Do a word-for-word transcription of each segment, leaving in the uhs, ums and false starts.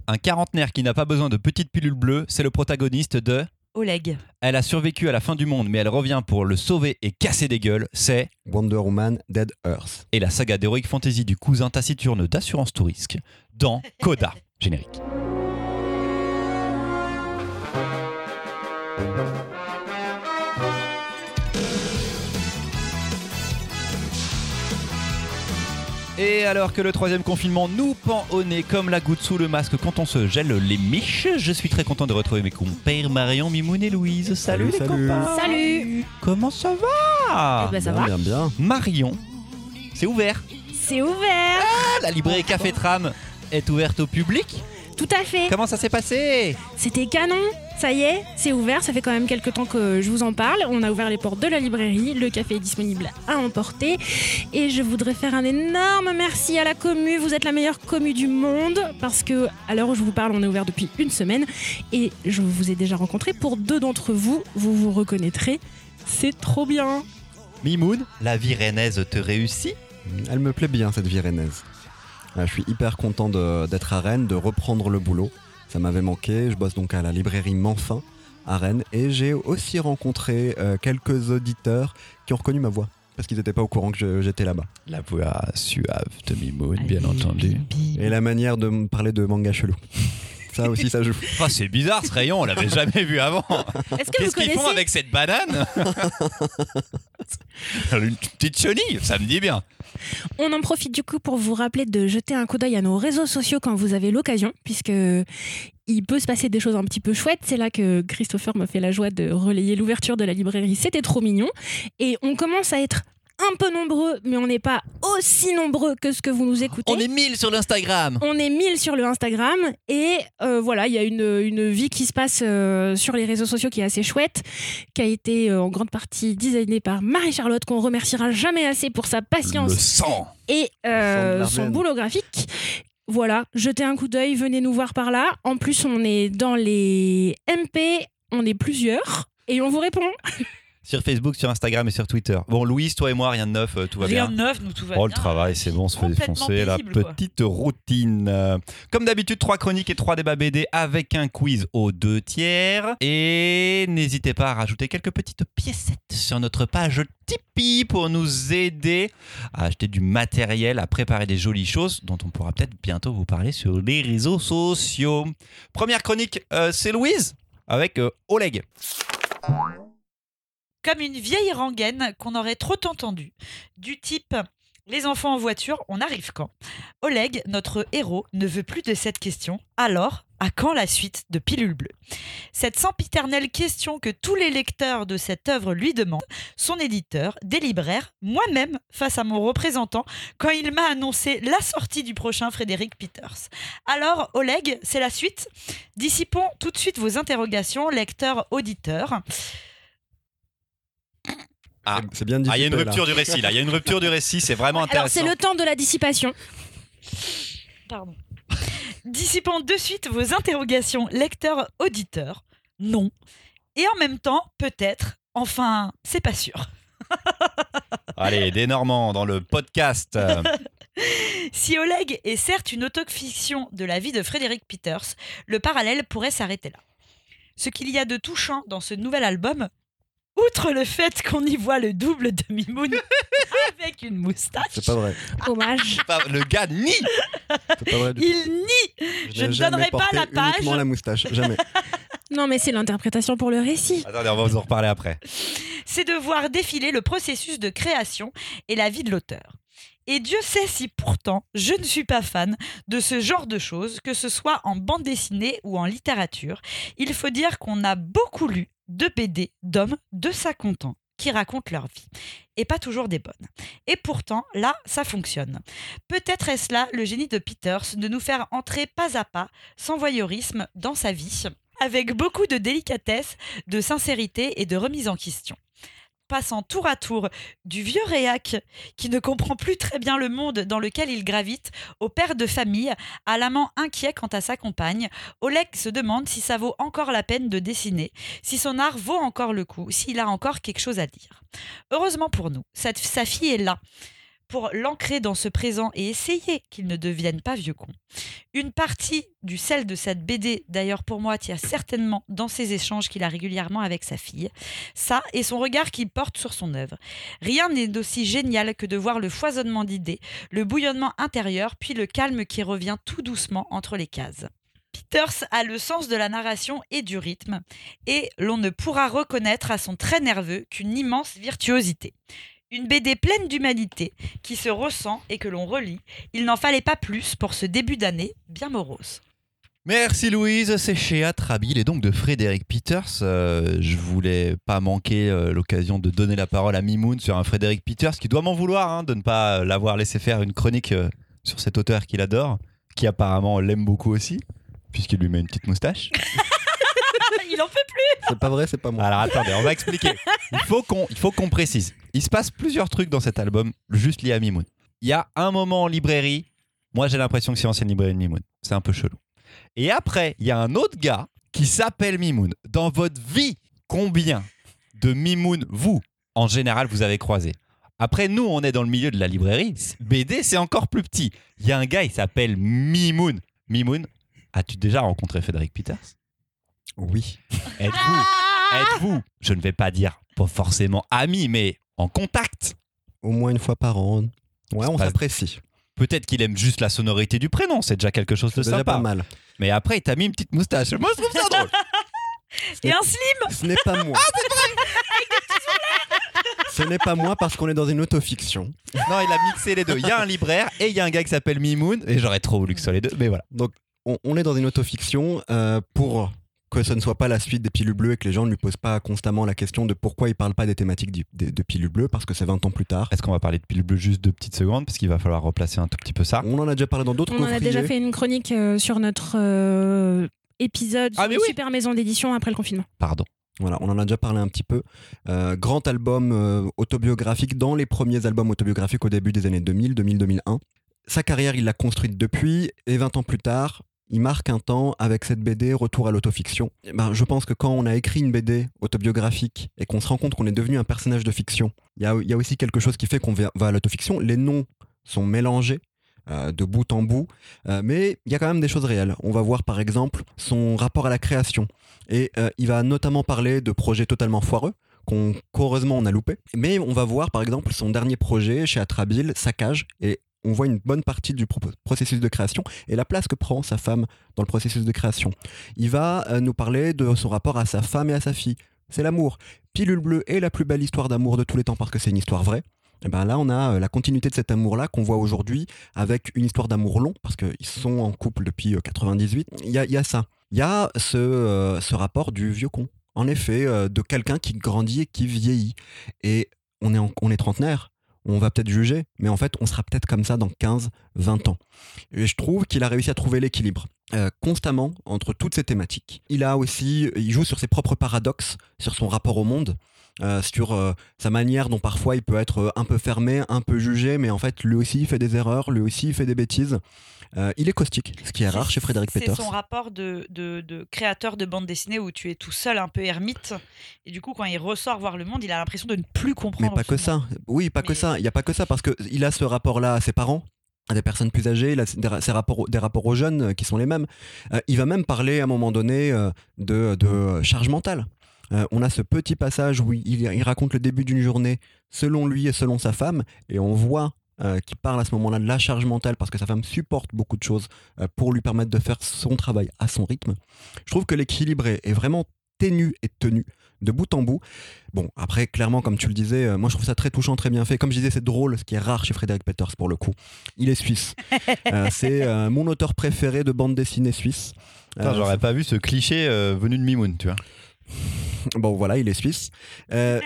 un quarantenaire qui n'a pas besoin de petites pilules bleues, c'est le protagoniste de... Oleg. Elle a survécu à la fin du monde, mais elle revient pour le sauver et casser des gueules, c'est... Wonder Woman Dead Earth. Et la saga d'Heroic Fantasy du cousin taciturne d'Assurance Tourisque dans Coda. Générique. Et alors que le troisième confinement nous pend au nez comme la goutte sous le masque quand on se gèle les miches, je suis très content de retrouver mes compères Marion, Mimoun et Louise. Salut, Salut, les salut. copains. Salut. Comment ça va? Eh ben, ça bien, va bien, bien. Marion, c'est ouvert. C'est ouvert. Ah, la librairie Café Tram est ouverte au public. Tout à fait. Comment ça s'est passé? C'était canon. Ça y est, c'est ouvert. Ça fait quand même quelques temps que je vous en parle. On a ouvert les portes de la librairie. Le café est disponible à emporter. Et je voudrais faire un énorme merci à la commu. Vous êtes la meilleure commu du monde. Parce que, à l'heure où je vous parle, on est ouvert depuis une semaine. Et je vous ai déjà rencontré. Pour deux d'entre vous, vous vous reconnaîtrez. C'est trop bien. Mimoun, la vie rennaise te réussit? Elle me plaît bien, cette vie rennaise. Euh, Je suis hyper content de- d'être à Rennes, de reprendre le boulot. Ça m'avait manqué. Je bosse donc à la librairie Manfin à Rennes. Et j'ai aussi rencontré euh, quelques auditeurs qui ont reconnu ma voix. Parce qu'ils n'étaient pas au courant que je- j'étais là-bas. La voix suave de Mimoun, bien entendu. Et la manière de me parler de manga chelou. Ça aussi, ça joue. Oh, c'est bizarre ce rayon, on l'avait jamais vu avant. Est-ce que Qu'est-ce vous qu'ils connaissez font avec cette banane? Une petite chenille, ça me dit bien. On en profite du coup pour vous rappeler de jeter un coup d'œil à nos réseaux sociaux quand vous avez l'occasion, puisque il peut se passer des choses un petit peu chouettes. C'est là que Christopher me fait la joie de relayer l'ouverture de la librairie. C'était trop mignon. Et on commence à être un peu nombreux, mais on n'est pas aussi nombreux que ce que vous nous écoutez. On est mille sur l'Instagram. On est mille sur le Instagram et euh, voilà, il y a une, une vie qui se passe euh, sur les réseaux sociaux qui est assez chouette, qui a été euh, en grande partie designée par Marie-Charlotte, qu'on remerciera jamais assez pour sa patience Le sang. et euh, Le sang de son l'Ardennes. boulot graphique. Voilà, jetez un coup d'œil, venez nous voir par là. En plus, on est dans les M P, on est plusieurs et on vous répond. Sur Facebook, sur Instagram et sur Twitter. Bon, Louise, toi et moi, rien de neuf, euh, tout va Rien bien. de neuf, nous tout va Oh, bien. le travail, c'est bon, on se fait Complètement défoncer. La paisible, quoi. petite routine. Euh, Comme d'habitude, trois chroniques et trois débats B D avec un quiz aux deux tiers. Et n'hésitez pas à rajouter quelques petites piécettes sur notre page Tipeee pour nous aider à acheter du matériel, à préparer des jolies choses dont on pourra peut-être bientôt vous parler sur les réseaux sociaux. Première chronique, euh, c'est Louise avec euh, Oleg. Comme une vieille rengaine qu'on aurait trop entendu. Du type « Les enfants en voiture, on arrive quand ?» Oleg, notre héros, ne veut plus de cette question. Alors, à quand la suite de Pilule Bleue? Cette sempiternelle question que tous les lecteurs de cette œuvre lui demandent, son éditeur, des libraires, moi-même, face à mon représentant, quand il m'a annoncé la sortie du prochain Frédéric Peters. Alors, Oleg, c'est la suite? Dissipons tout de suite vos interrogations, lecteurs-auditeurs. Ah. C'est bien Ah, il y a une dissipé, là. rupture du récit là, il y a une rupture du récit, c'est vraiment Alors, intéressant. c'est le temps de la dissipation. Pardon. Dissipons de suite vos interrogations lecteurs-auditeurs. Non. Et en même temps, peut-être. Enfin, c'est pas sûr. Allez, des Normands dans le podcast. Euh, Si Oleg est certes une autofiction de la vie de Frédéric Peters, le parallèle pourrait s'arrêter là. Ce qu'il y a de touchant dans ce nouvel album, outre le fait qu'on y voit le double de Mimoun avec une moustache, C'est pas vrai. Hommage. pas- le gars nie. C'est pas vrai du tout. il nie. Je n'ai ne jamais donnerai pas porté la page. uniquement la moustache. Jamais. Non, mais c'est l'interprétation pour le récit. Attendez, on va vous en reparler après. C'est de voir défiler le processus de création et la vie de l'auteur. Et Dieu sait si pourtant je ne suis pas fan de ce genre de choses, que ce soit en bande dessinée ou en littérature. Il faut dire qu'on a beaucoup lu de B D d'hommes de cinquante ans qui racontent leur vie. Et pas toujours des bonnes. Et pourtant, là, ça fonctionne. Peut-être est-ce là le génie de Peters de nous faire entrer pas à pas, sans voyeurisme, dans sa vie, avec beaucoup de délicatesse, de sincérité et de remise en question. Passant tour à tour du vieux réac qui ne comprend plus très bien le monde dans lequel il gravite, au père de famille, à l'amant inquiet quant à sa compagne, Oleg se demande si ça vaut encore la peine de dessiner, si son art vaut encore le coup, s'il a encore quelque chose à dire. Heureusement pour nous, sa, sa fille est là, pour l'ancrer dans ce présent et essayer qu'il ne devienne pas vieux con. Une partie du sel de cette B D, d'ailleurs pour moi, tient certainement dans ces échanges qu'il a régulièrement avec sa fille. Ça et son regard qu'il porte sur son œuvre. Rien n'est d'aussi génial que de voir le foisonnement d'idées, le bouillonnement intérieur, puis le calme qui revient tout doucement entre les cases. Peters a le sens de la narration et du rythme, et l'on ne pourra reconnaître à son trait nerveux qu'une immense virtuosité. Une B D pleine d'humanité, qui se ressent et que l'on relit. Il n'en fallait pas plus pour ce début d'année bien morose. Merci Louise, c'est chez Atrabile et donc de Frédéric Peters. Euh, je voulais pas manquer euh, l'occasion de donner la parole à Mimoun sur un Frédéric Peters qui doit m'en vouloir hein, de ne pas l'avoir laissé faire une chronique euh, sur cet auteur qu'il adore, qui apparemment l'aime beaucoup aussi, puisqu'il lui met une petite moustache. Il en peut plus. C'est pas vrai, c'est pas moi. Alors attendez, on va expliquer. Il faut qu'on, il faut qu'on précise. Il se passe plusieurs trucs dans cet album, juste liés à Mimoun. Il y a un moment en librairie, moi j'ai l'impression que c'est l'ancienne librairie de Mimoun. C'est un peu chelou. Et après, il y a un autre gars qui s'appelle Mimoun. Dans votre vie, combien de Mimoun, vous, en général, vous avez croisé ? Après, nous, on est dans le milieu de la librairie. B D, c'est encore plus petit. Il y a un gars, il s'appelle Mimoun. Mimoun, as-tu déjà rencontré Frédéric Peters ? Oui. Êtes-vous, êtes-vous, je ne vais pas dire pas forcément amis, mais en contact ? Au moins une fois par an. Ouais, on passe- s'apprécie. Peut-être qu'il aime juste la sonorité du prénom, c'est déjà quelque chose de C'est déjà sympa. pas mal. Mais après, il t'a mis une petite moustache. Moi, je trouve ça drôle. Et un slim. Ce n'est pas moi. Ce n'est pas moi parce qu'on est dans une autofiction. Non, il a mixé les deux. Il y a un libraire et il y a un gars qui s'appelle Mimoun. Et j'aurais trop voulu que ce soit les deux, mais voilà. Donc, on, on est dans une autofiction euh, pour que ce ne soit pas la suite des pilules bleues et que les gens ne lui posent pas constamment la question de pourquoi il ne parle pas des thématiques du- de, de pilules bleues, parce que c'est vingt ans plus tard. Est-ce qu'on va parler de Pile Bleu juste deux petites secondes parce qu'il va falloir replacer un tout petit peu ça. On en a déjà parlé dans d'autres On en a déjà coffriers. fait une chronique euh, sur notre euh, épisode Ah, sur mais les oui. super maisons d'édition après le confinement. Pardon. Voilà, on en a déjà parlé un petit peu. Euh, grand album euh, autobiographique dans les premiers albums autobiographiques au début des années deux mille, deux mille, deux mille un. Sa carrière, il l'a construite depuis, et vingt ans plus tard, il marque un temps avec cette B D Retour à l'autofiction. Eh ben, je pense que quand on a écrit une B D autobiographique et qu'on se rend compte qu'on est devenu un personnage de fiction, il y a, il y a aussi quelque chose qui fait qu'on va va à l'autofiction. Les noms sont mélangés euh, de bout en bout, euh, mais il y a quand même des choses réelles. On va voir par exemple son rapport à la création. Et euh, il va notamment parler de projets totalement foireux, qu'on, qu'heureusement on a loupé. Mais on va voir par exemple son dernier projet chez Atrabile, Saccage, et on voit une bonne partie du pro- processus de création et la place que prend sa femme dans le processus de création. Il va euh, nous parler de son rapport à sa femme et à sa fille. C'est l'amour. Pilule bleue est la plus belle histoire d'amour de tous les temps parce que c'est une histoire vraie. Et ben là, on a euh, la continuité de cet amour-là qu'on voit aujourd'hui avec une histoire d'amour long parce qu'ils sont en couple depuis euh, quatre-vingt-dix-huit. Il y a, il y a ça. Il y a ce, euh, ce rapport du vieux con. En effet, euh, de quelqu'un qui grandit et qui vieillit. Et on est, en- on est trentenaire. On va peut-être juger, mais en fait, on sera peut-être comme ça dans quinze, vingt ans. Et je trouve qu'il a réussi à trouver l'équilibre euh, constamment entre toutes ces thématiques. Il a aussi, il joue sur ses propres paradoxes, sur son rapport au monde, euh, sur euh, sa manière dont parfois il peut être un peu fermé, un peu jugé, mais en fait, lui aussi, il fait des erreurs, lui aussi, il fait des bêtises. Euh, il est caustique, ce qui est rare chez Frédéric C'est Peters. son rapport de, de, de créateur de bande dessinée où tu es tout seul, un peu ermite. Et du coup, quand il ressort voir le monde, il a l'impression de ne plus comprendre. Mais pas que finalement. ça. Oui, pas que Mais- ça. Il n'y a pas que ça parce qu'il a ce rapport-là à ses parents, à des personnes plus âgées, il a des, ra- ses rapports, des rapports aux jeunes euh, qui sont les mêmes. Euh, il va même parler à un moment donné euh, de, de charge mentale. Euh, on a ce petit passage où il, il raconte le début d'une journée selon lui et selon sa femme, et on voit euh, qu'il parle à ce moment-là de la charge mentale parce que sa femme supporte beaucoup de choses euh, pour lui permettre de faire son travail à son rythme. Je trouve que l'équilibre est, est vraiment ténu et tenu de bout en bout. Bon, après, clairement, comme tu le disais, euh, moi je trouve ça très touchant, très bien fait. Comme je disais, c'est drôle, ce qui est rare chez Frédéric Peters pour le coup. Il est suisse. Euh, c'est euh, mon auteur préféré de bande dessinée suisse. Putain, Euh, j'aurais pas vu ce cliché euh, venu de Mimoun, tu vois. Bon, voilà, il est suisse. Euh,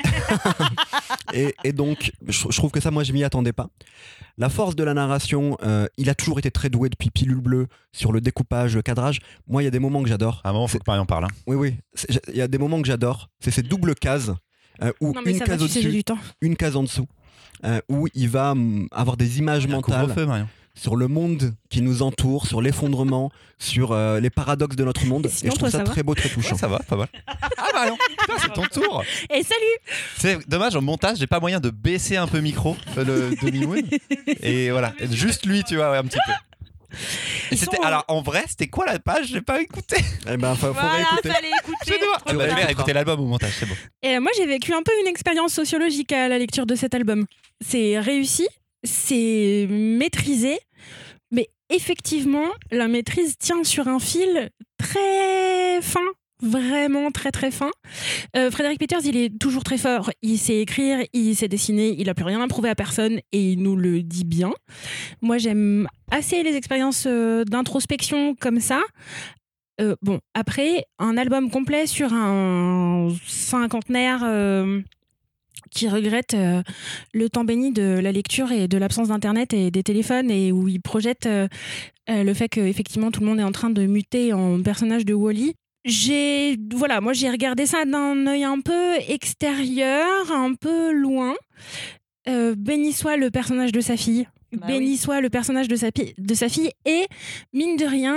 et, et donc, je, je trouve que ça, moi, je m'y attendais pas. La force de la narration, euh, il a toujours été très doué depuis Pilule Bleue sur le découpage, le cadrage. Moi, il y a des moments que j'adore. À un moment, faut que Marion parle. Hein. Oui, oui. C'est- j'ai- Il y a des moments que j'adore. C'est ces doubles cases euh, où Non, mais une ça va, case tu sais, j'ai au-dessus, du temps. une case en dessous, euh, où il va hum, avoir des images Il y a un mentales couvre-feu, Marion. sur le monde qui nous entoure, sur l'effondrement, sur euh, les paradoxes de notre monde. Et sinon, et je trouve toi, ça ça va très beau, très touchant. Ouais, ça va, pas mal. Ah Marion. Putain, c'est ton tour. Et salut. C'est dommage, au montage, j'ai pas moyen de baisser un peu le micro euh, le, de Mimoun. Et voilà, juste lui, tu vois, ouais, un petit peu. Et c'était, sont- alors en vrai, c'était quoi la page? J'ai pas écouté. Eh ben, faut, faut Voilà, réécouter. fallait écouter. Je dois. trop Ah bah, je bien. vais écouter l'album au montage, c'est bon. Et euh, moi, j'ai vécu un peu une expérience sociologique à la lecture de cet album. C'est réussi, c'est maîtrisé, mais effectivement, la maîtrise tient sur un fil très fin. Vraiment très très fin. Euh, Frédéric Peters, il est toujours très fort. Il sait écrire, il sait dessiner, il n'a plus rien à prouver à personne et il nous le dit bien. Moi, j'aime assez les expériences euh, d'introspection comme ça. Euh, bon, après, un album complet sur un cinquantenaire euh, qui regrette euh, le temps béni de la lecture et de l'absence d'Internet et des téléphones et où il projette euh, euh, le fait qu'effectivement tout le monde est en train de muter en personnage de Wall-E. J'ai, voilà, moi j'ai regardé ça d'un œil un peu extérieur, un peu loin. Euh, béni soit le personnage de sa fille. Bah béni oui. soit le personnage de sa, pi- de sa fille et, mine de rien,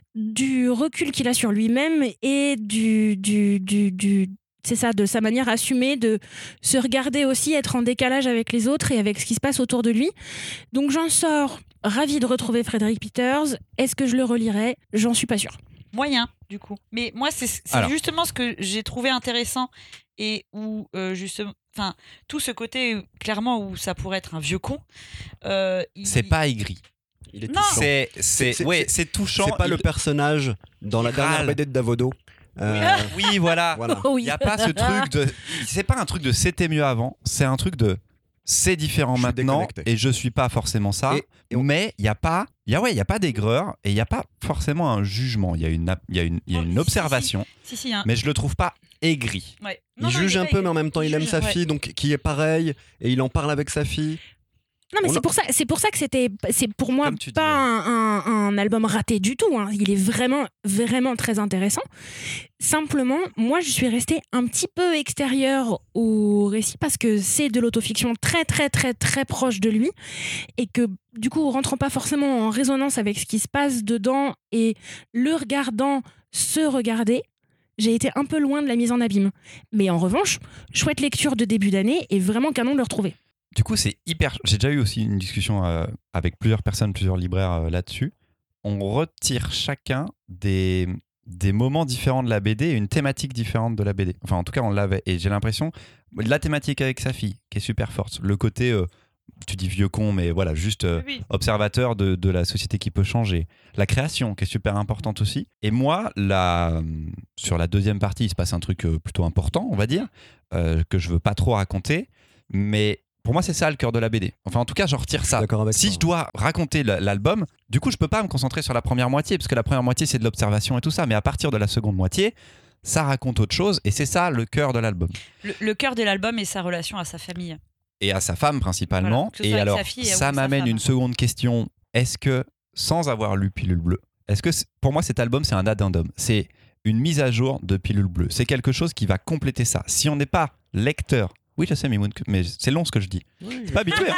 du recul qu'il a sur lui-même et du, du, du, du- c'est ça, de sa manière assumée de se regarder aussi, être en décalage avec les autres et avec ce qui se passe autour de lui. Donc j'en sors ravie de retrouver Frédéric Peters. Est-ce que je le relirai? J'en suis pas sûre. Moyen, du coup. Mais moi, c'est c'est Alors. justement ce que j'ai trouvé intéressant et où, euh, justement, enfin, tout ce côté, euh, clairement, où ça pourrait être un vieux con. euh, il- C'est pas aigri. Il est Non. touchant. C'est, c'est, C'est- ouais, c'est- c'est touchant. C'est pas Il- le personnage dans la il dernière râle. B D de Davodo. Euh, Oui, voilà. voilà. Oh Il oui. n'y a pas ce truc de. C'est pas un truc de c'était mieux avant. C'est un truc de c'est différent Je suis maintenant déconnecté. et je suis pas forcément ça. Et- et on- Mais il n'y a pas. Il y a, ouais, il y a pas d'aigreur et il n'y a pas forcément un jugement. Il y a une, ap- il y a une, il y a Oh, une si, observation. Si, si, hein. Mais je le trouve pas aigri. Ouais. Il Non, non, juge est un pas peu, aigri. mais en même temps, il, Il aime juge, sa ouais. fille, donc qui est pareil, et il en parle avec sa fille. Non, mais On c'est a- pour ça, c'est pour ça que c'était, c'est pour moi Comme tu dis, pas ouais. un, un- un album raté du tout. Hein. Il est vraiment, vraiment très intéressant. Simplement, moi, je suis restée un petit peu extérieure au récit parce que c'est de l'autofiction très, très, très, très proche de lui et que du coup, rentrant pas forcément en résonance avec ce qui se passe dedans et le regardant se regarder. J'ai été un peu loin de la mise en abîme. Mais en revanche, chouette lecture de début d'année et vraiment canon de le retrouver. Du coup, c'est hyper. J'ai déjà eu aussi une discussion euh, avec plusieurs personnes, plusieurs libraires euh, là-dessus. On retire chacun des, des moments différents de la B D et une thématique différente de la B D. Enfin, en tout cas, on l'avait. Et j'ai l'impression, la thématique avec sa fille, qui est super forte. Le côté, euh, tu dis vieux con, mais voilà, juste euh, Oui, oui. observateur de, de la société qui peut changer. La création, qui est super importante aussi. Et moi, la, sur la deuxième partie, il se passe un truc euh, plutôt important, on va dire, euh, que je veux pas trop raconter. Mais pour moi, c'est ça le cœur de la B D. Enfin, en tout cas, j'en retire Je suis ça. d'accord avec Si toi. je dois raconter l- l'album, du coup, je peux pas me concentrer sur la première moitié, parce que la première moitié, c'est de l'observation et tout ça. Mais à partir de la seconde moitié, ça raconte autre chose. Et c'est ça le cœur de l'album. Le, le cœur de l'album est sa relation à sa famille. Et à sa femme, principalement. Voilà, que ce soit et avec alors, sa fille et ça avec sa m'amène femme. une seconde question. Est-ce que, sans avoir lu Pilule Bleue, est-ce que, c'est- pour moi, cet album, c'est un addendum. C'est une mise à jour de Pilule Bleue. C'est quelque chose qui va compléter ça. Si on n'est pas lecteur, oui, je sais, Mimoun, mais c'est long ce que je dis. C'est pas habitué. Hein.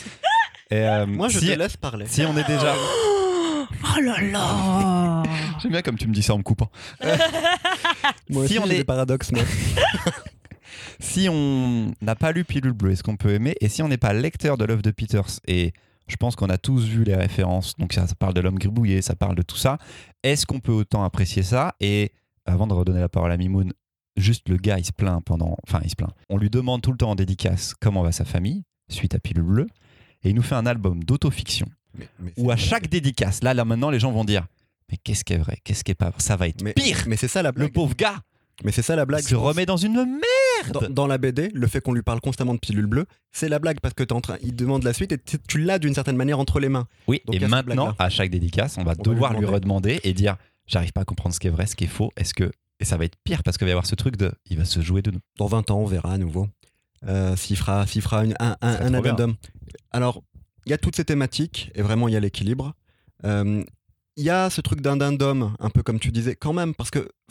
Et, euh, Moi, je si, te laisse parler. si on est déjà. Oh là là. J'aime bien comme tu me dis ça en me coupant. Moi si aussi, on j'ai est- des paradoxes, mais Si on n'a pas lu Pilule Bleue, est-ce qu'on peut aimer? Et si on n'est pas lecteur de l'œuvre de Peters, et je pense qu'on a tous vu les références, donc ça, ça parle de l'homme gribouillé, ça parle de tout ça, est-ce qu'on peut autant apprécier ça? Et avant de redonner la parole à Mimoun, juste le gars, il se plaint pendant... Enfin, il se plaint. On lui demande tout le temps en dédicace comment va sa famille, suite à Pilule Bleue, et il nous fait un album d'autofiction, mais- mais où à c'est- chaque dédicace, là, là maintenant, les gens vont dire mais qu'est-ce qui est vrai, qu'est-ce qui est pas vrai? Ça va être mais, pire. mais c'est ça la Le blague. pauvre gars Mais c'est ça la blague. se je pense. remet dans une merde. Dans, dans la B D, le fait qu'on lui parle constamment de pilule bleue, c'est la blague parce que t'es en train, il demande la suite et tu tu l'as d'une certaine manière entre les mains. Oui, Donc, et il y a cette maintenant, blague-là. à chaque dédicace, on va On va lui devoir lui, demander. redemander et dire j'arrive pas à comprendre ce qui est vrai, ce qui est faux. Est-ce que et ça va être pire parce qu'il va y avoir ce truc de il va se jouer de nous. Dans vingt ans, on verra à nouveau euh, s'il fera, s'il fera une- un, un, serait un trop bien. addendum. Alors, il y a toutes ces thématiques et vraiment il y a l'équilibre. Euh, Il y a ce truc d'addendum, un peu comme tu disais, quand même, parce que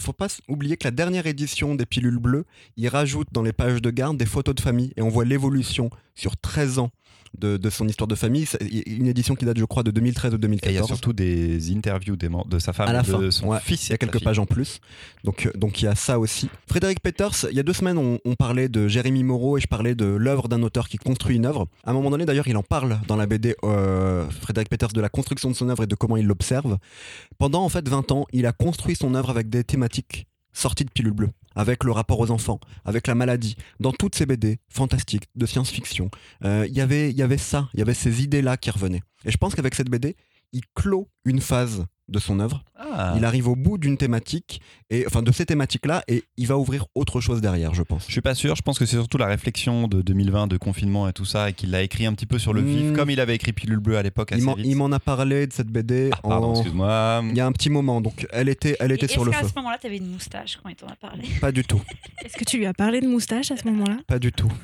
faut pas oublier que la dernière édition des Pilules Bleues, il rajoute dans les pages de garde des photos de famille et on voit l'évolution sur treize ans de, de son histoire de famille. C'est une édition qui date, je crois, de deux mille treize ou deux mille Et il y a quatorze. surtout des interviews des mem- de sa femme À la et de fin, son ouais. fils. Il y a quelques pages en plus. Donc, euh, donc il y a ça aussi. Frédéric Peters, il y a deux semaines, on, on parlait de Jérémy Moreau et je parlais de l'œuvre d'un auteur qui construit une œuvre. À un moment donné, d'ailleurs, il en parle dans la B D, euh, Frédéric Peters, de la construction de son œuvre et de comment il l'observe. Pendant en fait vingt ans, il a construit son œuvre avec des thématiques sorties de Pilule Bleue, avec le rapport aux enfants, avec la maladie. Dans toutes ces B D fantastiques de science-fiction, euh, il y avait, il y avait ça, il y avait ces idées-là qui revenaient. Et je pense qu'avec cette B D, il clôt une phase de son œuvre. Ah. Il arrive au bout d'une thématique, et, enfin de ces thématiques-là, et il va ouvrir autre chose derrière, je pense. Je suis pas sûr, je pense que c'est surtout la réflexion de deux mille vingt, de confinement et tout ça, et qu'il l'a écrit un petit peu sur le vif, Mmh. comme il avait écrit Pilule Bleue à l'époque Il assez m'en, vite. il m'en a parlé de cette B D Ah, pardon, en- excuse-moi. il y a un petit moment, donc elle était, elle était Et sur est-ce le qu'à feu. ce moment-là, t'avais une moustache quand il t'en a parlé? Pas du tout, Est-ce que tu lui as parlé de moustache à ce moment-là? pas du tout.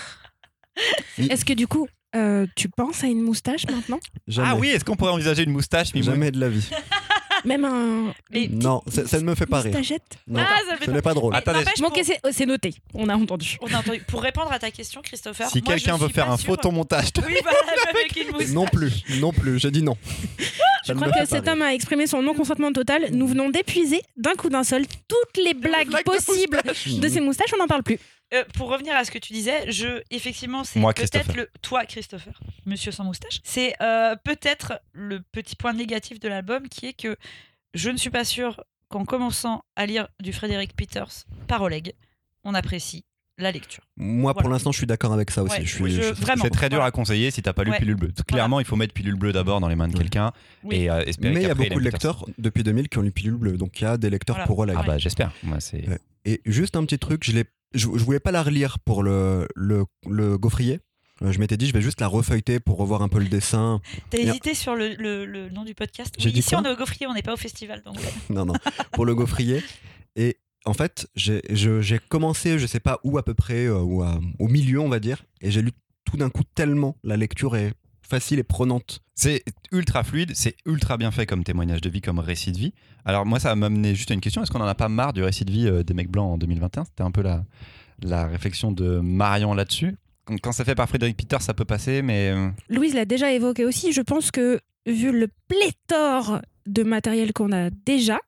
Il- Est-ce que du coup, euh, tu penses à une moustache maintenant? Jamais, Ah oui, est-ce qu'on pourrait envisager une moustache, Mimoun? jamais de la vie. Même un. Mais- une Non, ça, ça ne me fait pas rire. moustachette? Non, Ah, ça fait ce n'est pas drôle. Mais Attendez. n'empêche, Bon, pour- ok, c'est oh, c'est noté. On a entendu. on a entendu. Pour répondre à ta question, Christopher, Si moi, je quelqu'un veut suis faire pas un sûre- photomontage, de- Oui, voilà, avec une moustache. Non plus, non plus, j'ai dit non. Je crois que cet homme a exprimé son non-consentement total. Nous venons d'épuiser d'un coup d'un seul toutes les blagues blagues de possibles de ces moustaches. On n'en parle plus. Euh, pour revenir à ce que tu disais, je effectivement c'est Moi, peut-être Christopher. le toi Christopher, monsieur sans moustache, c'est euh, peut-être le petit point négatif de l'album qui est que je ne suis pas sûre qu'en commençant à lire du Frédéric Peters par Oleg, on apprécie la lecture. Moi, pour Voilà. l'instant, je suis d'accord avec ça aussi. Ouais, je suis, je- je- vraiment. c'est très dur Voilà. à conseiller si t'as pas lu Ouais. Pilule Bleue. Clairement, il faut mettre Pilule Bleue d'abord dans les mains de Ouais. quelqu'un Oui. et euh, espérer Mais il y a qu'après, beaucoup de aime lecteurs depuis deux mille qui ont lu Pilule Bleue, donc il y a des lecteurs Voilà. pour Oleg. Ah bah j'espère. Moi, c'est... Ouais. Et juste un petit truc, je, l'ai, je, je voulais pas la relire pour le, le, le gaufrier. Euh, Je m'étais dit, je vais juste la refeuilleter pour revoir un peu le dessin. T'as Bien. hésité sur le, le- le nom du podcast? J'ai Oui, dit ici quoi on est au Gaufrier, on n'est pas au festival. Donc... Non, non, pour le gaufrier. Et en fait, j'ai, je- j'ai commencé, je sais pas où à peu près, euh, ou à- au milieu, on va dire, et j'ai lu tout d'un coup tellement la lecture est facile et prenante. C'est ultra fluide, c'est ultra bien fait comme témoignage de vie, comme récit de vie. Alors moi, ça m'a amené juste à une question. Est-ce qu'on en a pas marre du récit de vie euh, des mecs blancs en deux mille vingt et un? C'était un peu la, la réflexion de Marion là-dessus. Quand- Quand c'est fait par Frédéric Peters, ça peut passer, mais... euh, Louise l'a déjà évoqué aussi. Je pense que vu le pléthore de matériel qu'on a déjà,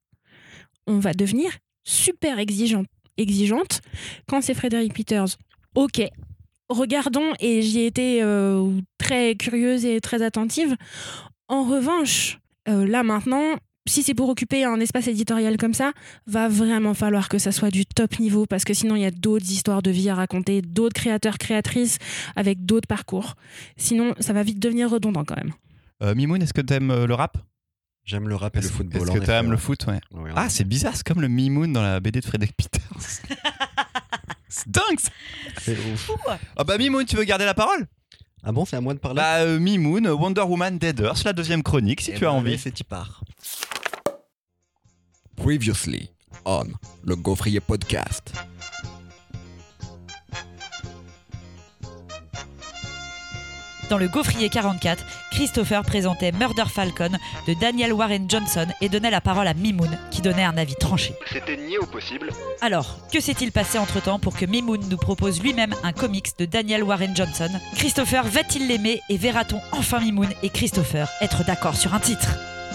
on va devenir super exigeante. exigeante. Quand c'est Frédéric Peters, ok. Regardons, et j'y ai été euh, très curieuse et très attentive. En revanche, euh, là maintenant, si c'est pour occuper un espace éditorial comme ça, va vraiment falloir que ça soit du top niveau, parce que sinon il y a d'autres histoires de vie à raconter, d'autres créateurs, créatrices avec d'autres parcours. Sinon, ça va vite devenir redondant quand même. euh, Mimoun, est-ce que t'aimes euh, le rap? J'aime le rap et le Est-ce football. est-ce en que effet, t'aimes ouais. le foot? Ouais. Ouais, Ah, ouais. c'est bizarre, c'est comme le Mimoun dans la B D de Frédéric Peters. C'est dingue ça. C'est ouf. Ah bah Mimoun, tu veux garder la parole? Ah bon, c'est à moi de parler. Bah euh, Mimoun, Wonder Woman Dead Earth, la deuxième chronique, si Eh tu as ben, envie. allez, c'est y part. Previously on le Gaufrier Podcast. Dans le Gaufrier quarante-quatre, Christopher présentait Murder Falcon de Daniel Warren Johnson et donnait la parole à Mimoun, qui donnait un avis tranché. C'était nié au possible. Alors, que s'est-il passé entre-temps pour que Mimoun nous propose lui-même un comics de Daniel Warren Johnson? Christopher va-t-il l'aimer et verra-t-on enfin Mimoun et Christopher être d'accord sur un titre?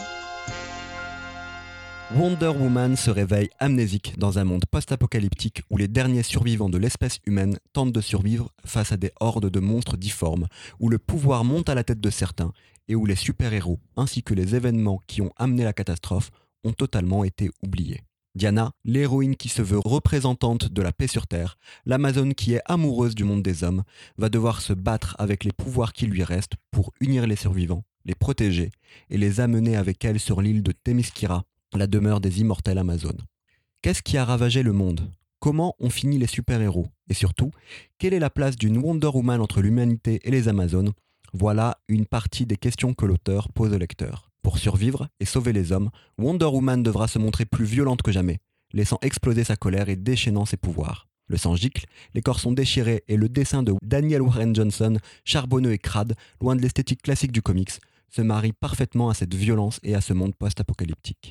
Wonder Woman se réveille amnésique dans un monde post-apocalyptique où les derniers survivants de l'espèce humaine tentent de survivre face à des hordes de monstres difformes, où le pouvoir monte à la tête de certains et où les super-héros ainsi que les événements qui ont amené la catastrophe ont totalement été oubliés. Diana, l'héroïne qui se veut représentante de la paix sur Terre, l'Amazone qui est amoureuse du monde des hommes, va devoir se battre avec les pouvoirs qui lui restent pour unir les survivants, les protéger et les amener avec elle sur l'île de Themyscira, la demeure des immortels Amazones. Qu'est-ce qui a ravagé le monde? Comment ont fini les super-héros? Et surtout, quelle est la place d'une Wonder Woman entre l'humanité et les Amazones? Voilà une partie des questions que l'auteur pose au lecteur. Pour survivre et sauver les hommes, Wonder Woman devra se montrer plus violente que jamais, laissant exploser sa colère et déchaînant ses pouvoirs. Le sang gicle, les corps sont déchirés et le dessin de Daniel Warren Johnson, charbonneux et crade, loin de l'esthétique classique du comics, se marie parfaitement à cette violence et à ce monde post-apocalyptique.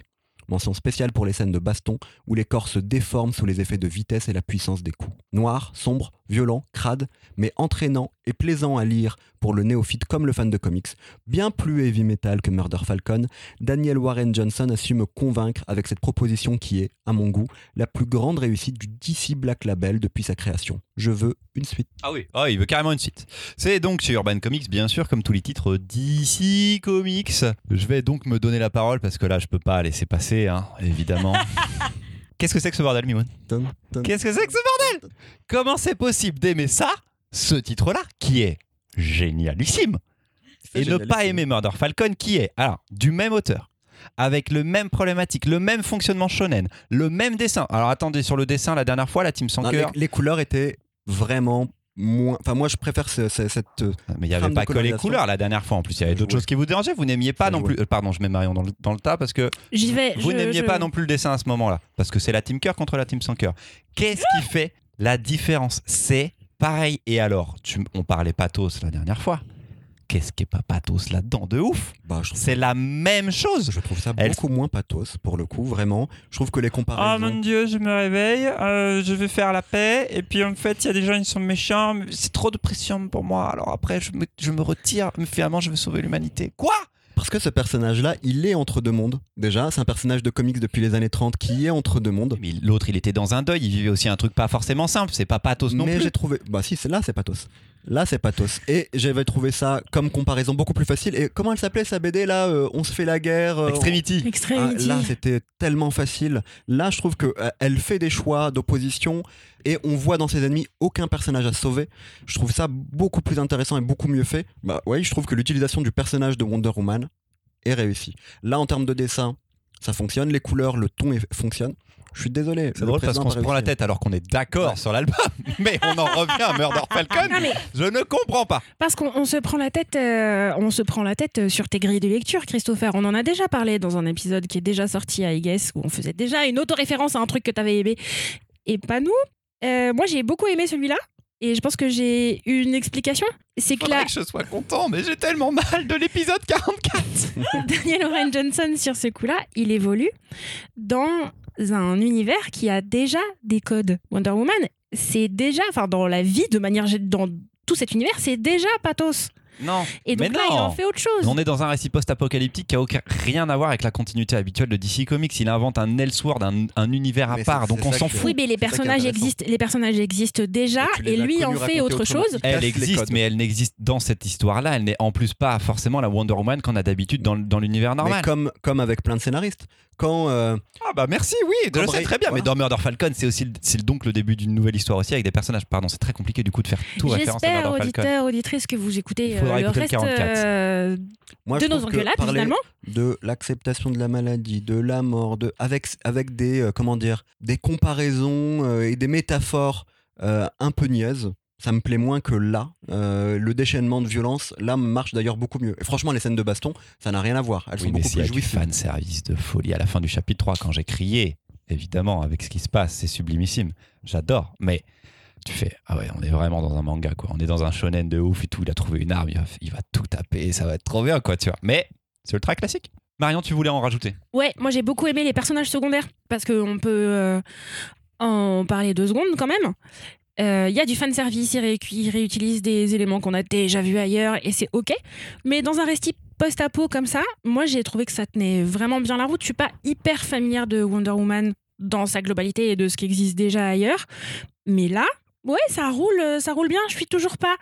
Mention spéciale pour les scènes de baston où les corps se déforment sous les effets de vitesse et la puissance des coups. Noir, sombre, violent, crade, mais entraînant et plaisant à lire pour le néophyte comme le fan de comics. Bien plus heavy metal que Murder Falcon, Daniel Warren Johnson a su me convaincre avec cette proposition qui est, à mon goût, la plus grande réussite du D C Black Label depuis sa création. Je veux une suite. Ah oui, ah, il veut carrément une suite. C'est donc chez Urban Comics, bien sûr, comme tous les titres D C Comics. Je vais donc me donner la parole parce que là, je peux pas laisser passer, hein, évidemment. Qu'est-ce que c'est que ce bordel, Mimoun ? Dun, dun, Qu'est-ce que c'est que ce bordel ? Comment c'est possible d'aimer ça, ce titre-là, qui est génialissime, C'est et ne pas génialissime. aimer Murder Falcon, qui est, alors, du même auteur, avec le même problématique, le même fonctionnement shonen, le même dessin. Alors attendez, sur le dessin, la dernière fois, la team sans Non, les, cœur... les couleurs étaient vraiment moins. Enfin, moi, je préfère ce- ce- cette. euh, Mais il n'y avait trame pas de que les colorisation. couleurs la dernière fois, en plus, il y avait Ça d'autres jouait. choses qui vous dérangeaient. Vous n'aimiez pas Ça non jouait. plus... euh, pardon, je mets Marion dans le, dans le tas, parce que J'y vais. vous je- n'aimiez je- pas non plus le dessin à ce moment-là, parce que c'est la team cœur contre la team sans cœur. Qu'est-ce qui fait la différence ? C'est pareil. Et alors, tu, on parlait pathos la dernière fois. Qu'est-ce qui est pas pathos là-dedans de ouf ? Bah, je trouve, C'est la même chose. je trouve ça Elle- beaucoup moins pathos pour le coup, vraiment. Je trouve que les Oh comparaisons. mon dieu, je me réveille, euh, je vais faire la paix, et puis en fait, il y a des gens qui sont méchants, mais c'est trop de pression pour moi, alors après, je me, je me retire, mais finalement, je vais sauver l'humanité. Quoi ? Parce que ce personnage-là, il est entre deux mondes. Déjà, c'est un personnage de comics depuis les années trente qui est entre deux mondes. Mais l'autre, il était dans un deuil, il vivait aussi un truc pas forcément simple, c'est pas pathos non Mais plus. j'ai trouvé. Bah si, c'est là, c'est pathos. Là, c'est pathos. Et j'avais trouvé ça comme comparaison beaucoup plus facile. Et comment elle s'appelait sa B D là euh, On se fait la guerre. euh, Extremity. Ah, Extremity. là, c'était tellement facile. Là, je trouve que euh, elle fait des choix d'opposition et on voit dans ses ennemis aucun personnage à sauver. Je trouve ça beaucoup plus intéressant et beaucoup mieux fait. Bah oui, je trouve que l'utilisation du personnage de Wonder Woman est réussie. Là, en termes de dessin, ça fonctionne. Les couleurs, le ton est- fonctionne. Je suis désolé. C'est le drôle parce président qu'on a se prend la réussi. tête alors qu'on est d'accord Ouais. sur l'album, mais on en revient à Murder Falcon. Ah, mais Je ne comprends pas. parce qu'on on se prend la tête, euh, on se prend la tête euh, sur tes grilles de lecture, Christopher. On en a déjà parlé dans un épisode qui est déjà sorti à I Guess où on faisait déjà une auto-référence à un truc que t'avais aimé et pas nous. Euh, moi, j'ai beaucoup aimé celui-là et je pense que j'ai une explication. C'est que Faudrait là, que je sois content, mais j'ai tellement mal de l'épisode quarante-quatre. Daniel Warren Johnson sur ce coup-là, il évolue dans un univers qui a déjà des codes. Wonder Woman, c'est déjà, enfin dans la vie de manière, gé- dans tout cet univers, c'est déjà pathos. Non. Et donc mais là, il non. en fait autre chose. On est dans un récit post-apocalyptique qui a aucun, rien à voir avec la continuité habituelle de D C Comics. Il invente un Elseworld, un, un univers à Mais part, c'est- donc c'est on ça s'en qui est- fout. Oui, mais les C'est ça qui est personnages intéressant. existent, les personnages existent déjà, Et tu les et as lui en connus fait racontés autre autrement. chose. Il casse Elle les existe, codes. mais elle n'existe dans cette histoire-là. Elle n'est en plus pas forcément la Wonder Woman qu'on a d'habitude dans, dans l'univers normal. Mais comme, comme avec plein de scénaristes. Quand euh, Ah bah merci, oui, je Comme le sais Ray- très bien. Mais voilà. dans Murder Falcon, c'est aussi le- c'est donc le début d'une nouvelle histoire aussi avec des personnages. Pardon, c'est très compliqué du coup de faire tout référence à J'espère, Murder Falcon. auditeurs, auditrices, que vous écoutez Il faudra euh, le écouter le reste quarante-quatre. euh, moi, de je nos trouve que engueulades, parler finalement. de l'acceptation de la maladie, de la mort, de, avec, avec des, euh, comment dire, des comparaisons euh, et des métaphores euh, un peu niaises, ça me plaît moins que là. Euh, le déchaînement de violence, là, marche d'ailleurs beaucoup mieux. Et franchement, les scènes de baston, ça n'a rien à voir. Elles Oui, sont mais beaucoup s'il y a plus du jouissives. fan service de folie à la fin du chapitre trois quand j'ai crié, évidemment, avec ce qui se passe, c'est sublimissime. J'adore, mais tu fais, ah ouais, on est vraiment dans un manga, quoi. On est dans un shonen de ouf et tout. Il a trouvé une arme, il va, il va tout taper, ça va être trop bien, quoi, tu vois. Mais c'est ultra classique. Marion, tu voulais en rajouter ? Ouais, moi j'ai beaucoup aimé les personnages secondaires parce qu'on peut euh, en parler deux secondes quand même. Il euh, y a du fanservice, il, ré- il réutilise des éléments qu'on a déjà vus ailleurs et c'est ok. Mais dans un récit post-apo comme ça, moi j'ai trouvé que ça tenait vraiment bien la route. Je suis pas hyper familière de Wonder Woman dans sa globalité et de ce qui existe déjà ailleurs. Mais là, ouais, ça roule, ça roule bien. Je suis toujours pas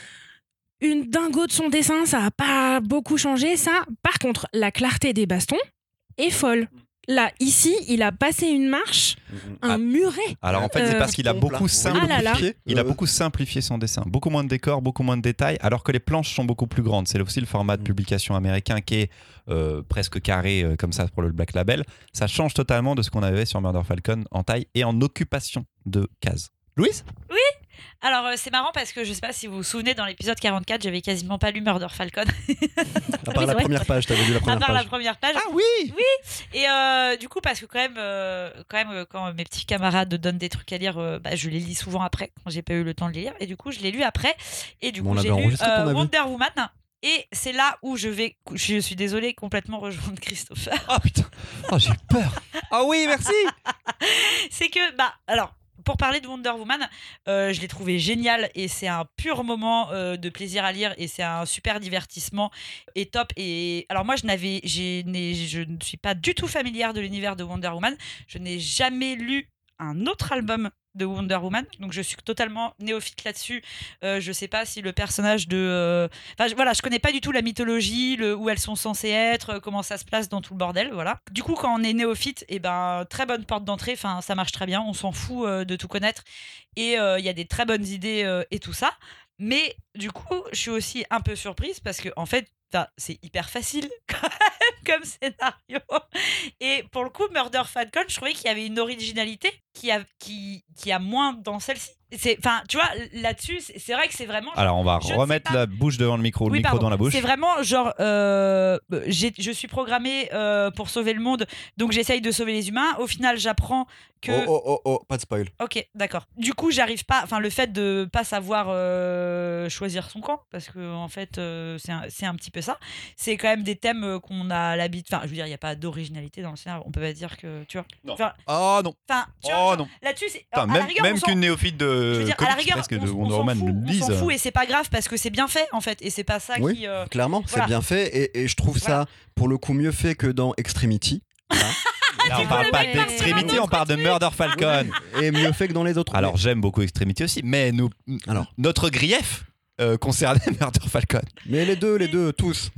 une dingo de son dessin, ça a pas beaucoup changé ça. Par contre, la clarté des bastons est folle. Là, ici, il a passé une marche, un Ah. muret. Alors en fait, Euh, c'est parce qu'il a pompe, beaucoup là. simplifié. Ah là là. Il a Euh, beaucoup simplifié son dessin, beaucoup moins de décors, beaucoup moins de détails, alors que les planches sont beaucoup plus grandes. C'est aussi le format de publication américain qui est euh, presque carré euh, comme ça pour le Black Label. Ça change totalement de ce qu'on avait sur Murder Falcon en taille et en occupation de cases. Louise ? Alors, euh, c'est marrant parce que je sais pas si vous vous souvenez, dans l'épisode quarante-quatre, j'avais quasiment pas lu Murder Falcon. À part Oui, la c'est vrai. première page, t'avais vu la À première part la page. première page. Ah oui. Et euh, du coup, parce que quand même, euh, quand même euh, quand mes petits camarades donnent des trucs à lire, euh, bah, je les lis souvent après, quand j'ai pas eu le temps de les lire. Et du coup, je l'ai lu après. Et du Mais on coup, j'ai l'avait lu enregistré ton euh, avis. Wonder Woman. Et c'est là où je vais, je suis désolée, complètement rejoindre Christopher. Oh putain, oh, j'ai peur. Ah oui, merci. C'est que, bah, alors, pour parler de Wonder Woman, euh, je l'ai trouvé génial et c'est un pur moment euh, de plaisir à lire et c'est un super divertissement et top. Et alors moi, je n'avais, j'ai, n'ai- je ne suis pas du tout familière de l'univers de Wonder Woman. Je n'ai jamais lu un autre album de Wonder Woman, donc je suis totalement néophyte là-dessus. Euh, je sais pas si le personnage de, euh, enfin je- voilà, je connais pas du tout la mythologie, le, où elles sont censées être, euh, comment ça se place dans tout le bordel, voilà. Du coup, quand on est néophyte, et ben très bonne porte d'entrée. Enfin, ça marche très bien. On s'en fout euh, de tout connaître et il y a des très bonnes idées euh, et tout ça. Mais du coup, je suis aussi un peu surprise parce que en fait, enfin, c'est hyper facile quand même comme scénario. Et pour le coup, Murder Falcon, je trouvais qu'il y avait une originalité qui a, qui, qui a moins dans celle-ci. C'est, enfin, tu vois, là-dessus, c'est c'est vrai que c'est vraiment. Alors, on va Je ne sais remettre pas. la bouche devant le micro, le Oui, micro pardon. dans la bouche. C'est vraiment genre, euh, j'ai- je suis programmée euh, pour sauver le monde, donc j'essaye de sauver les humains. Au final, j'apprends que. Oh, oh, oh, oh, pas de spoil. Ok, d'accord. Du coup, j'arrive pas. Enfin, le fait de pas savoir euh, choisir son camp, parce que en fait, euh, c'est un, c'est un petit peu ça. C'est quand même des thèmes euh, qu'on a l'habitude. Enfin, je veux dire, il y a pas d'originalité dans le scénario. On peut pas dire que tu vois. Non. Enfin, Oh non. enfin, tu Oh vois, genre, non. là-dessus, c'est. Putain, à la même rigueur, on même s'en- qu'une néophyte je veux de dire, à la comics rigueur, presque on, de on Wonder s'en Woman fout, le on lise. s'en fout et c'est pas grave parce que c'est bien fait en fait et c'est pas ça Oui. qui. euh, Clairement, c'est Voilà. bien fait et, et je trouve Voilà. ça pour le coup mieux fait que dans Extremity. Là, on parle le pas mec part sur un d'Extremity, autre on parle de Murder Falcon. Et mieux fait que dans les autres. Alors, j'aime beaucoup Extremity aussi, mais nous, Alors. notre grief euh, concernait Murder Falcon. Mais les deux, les deux, tous.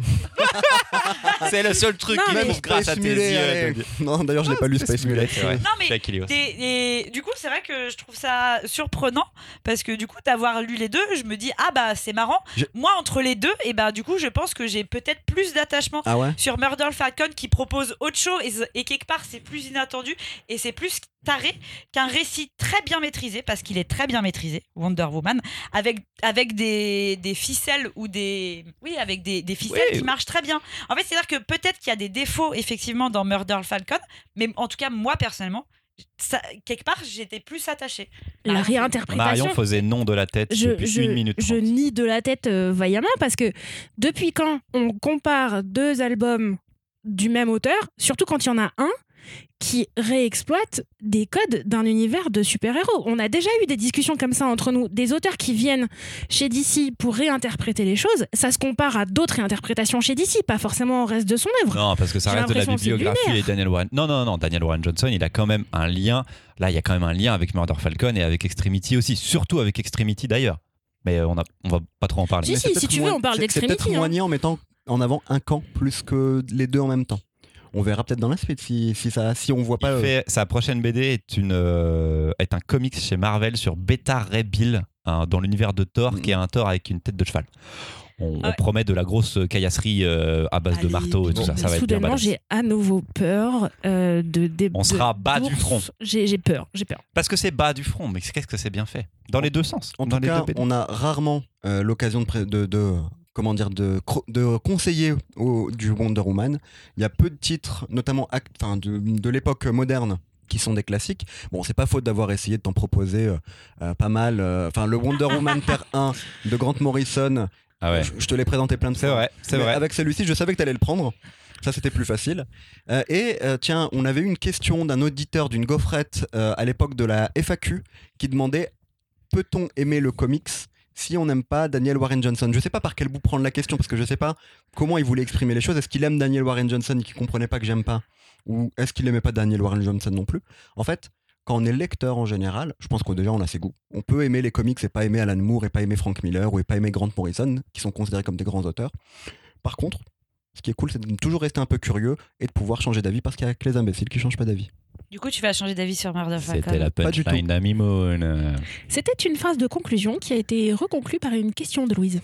C'est le seul truc Non, qui mais- pousse grâce à tes Mullet, yeux. allez. donc. Non, d'ailleurs, je l'ai pas lu Space Mullet. c'est vrai. Non, mais Chez Achilleos. Des- et du coup, c'est vrai que je trouve ça surprenant parce que du coup, d'avoir lu les deux, je me dis ah bah c'est marrant. Je- Moi, entre les deux, et bah du coup, je pense que j'ai peut-être plus d'attachement Ah ouais. sur Murder Falcon qui propose autre chose et, et quelque part c'est plus inattendu et c'est plus taré qu'un récit très bien maîtrisé parce qu'il est très bien maîtrisé, Wonder Woman, avec avec des, des ficelles ou des oui avec des, des ficelles Oui. qui marchent très bien. En fait, c'est-à-dire que peut-être qu'il y a des défauts effectivement dans Murder Falcon, mais en tout cas moi personnellement, ça, quelque part j'étais plus attachée. La Marion, réinterprétation. Marion faisait non de la tête je, depuis je, une minute je trente. nie de la tête euh, vaillamment parce que depuis quand on compare deux albums du même auteur, surtout quand il y en a un qui réexploite des codes d'un univers de super-héros. On a déjà eu des discussions comme ça entre nous, des auteurs qui viennent chez D C pour réinterpréter les choses, ça se compare à d'autres réinterprétations chez D C, pas forcément au reste de son œuvre. Non, parce que ça J'ai reste de la l'impression que c'est bibliographie lunaire. et Daniel Warren. Non, non, non, Daniel Warren Johnson, il a quand même un lien. Là, il y a quand même un lien avec Murder Falcon et avec Extremity aussi, surtout avec Extremity d'ailleurs. Mais euh, on a, on va pas trop en parler. Si, Mais si, c'est si peut-être tu veux, moins- on parle c'est- C'est d'Extremity, peut-être hein. moigné en mettant en avant un camp plus que les deux en même temps. On verra peut-être dans la suite si, si, ça, si on voit pas. Il euh, fait, sa prochaine B D est, une, euh, est un comics chez Marvel sur Beta Ray Bill, hein, dans l'univers de Thor, Mhm. qui est un Thor avec une tête de cheval. On, on Ouais. promet de la grosse caillasserie euh, à base de Allez, marteau et tout bon, ça. Ça va être bien Soudainement, badass. j'ai à nouveau peur euh, de, de On de- sera bas du d'ours. front. J'ai j'ai peur, j'ai peur. Parce que c'est bas du front, mais qu'est-ce que c'est bien fait. Dans les deux sens. En dans tout les cas, deux B D. on a rarement euh, l'occasion de, pré- de, de- comment dire de, cro- de conseiller au- du Wonder Woman. Il y a peu de titres, notamment act- enfin, de, de l'époque moderne, qui sont des classiques. Bon, c'est pas faute d'avoir essayé de t'en proposer euh, euh, pas mal. euh, Enfin, le Wonder Woman Terre un de Grant Morrison. Ah ouais. Je, je te l'ai présenté plein de C'est fois. vrai, c'est Mais vrai. Avec celui-ci, je savais que tu allais le prendre. Ça, c'était plus facile. Euh, et euh, tiens, on avait eu une question d'un auditeur d'une gaufrette euh, à l'époque de la F A Q qui demandait peut-on aimer le comics si on n'aime pas Daniel Warren Johnson? Je sais pas par quel bout prendre la question parce que je sais pas comment il voulait exprimer les choses. Est-ce qu'il aime Daniel Warren Johnson et qu'il comprenait pas que j'aime pas? Ou est-ce qu'il aimait pas Daniel Warren Johnson non plus? En fait, quand on est lecteur en général, je pense qu'on déjà on a ses goûts. On peut aimer les comics et pas aimer Alan Moore et pas aimer Frank Miller ou et pas aimer Grant Morrison, qui sont considérés comme des grands auteurs. Par contre, ce qui est cool, c'est de toujours rester un peu curieux et de pouvoir changer d'avis parce qu'il y a que les imbéciles qui changent pas d'avis. Du coup, tu vas changer d'avis sur Murder Falcon. C'était la Pas du punchline d'Amy Moon. C'était une phrase de conclusion qui a été reconclue par une question de Louise.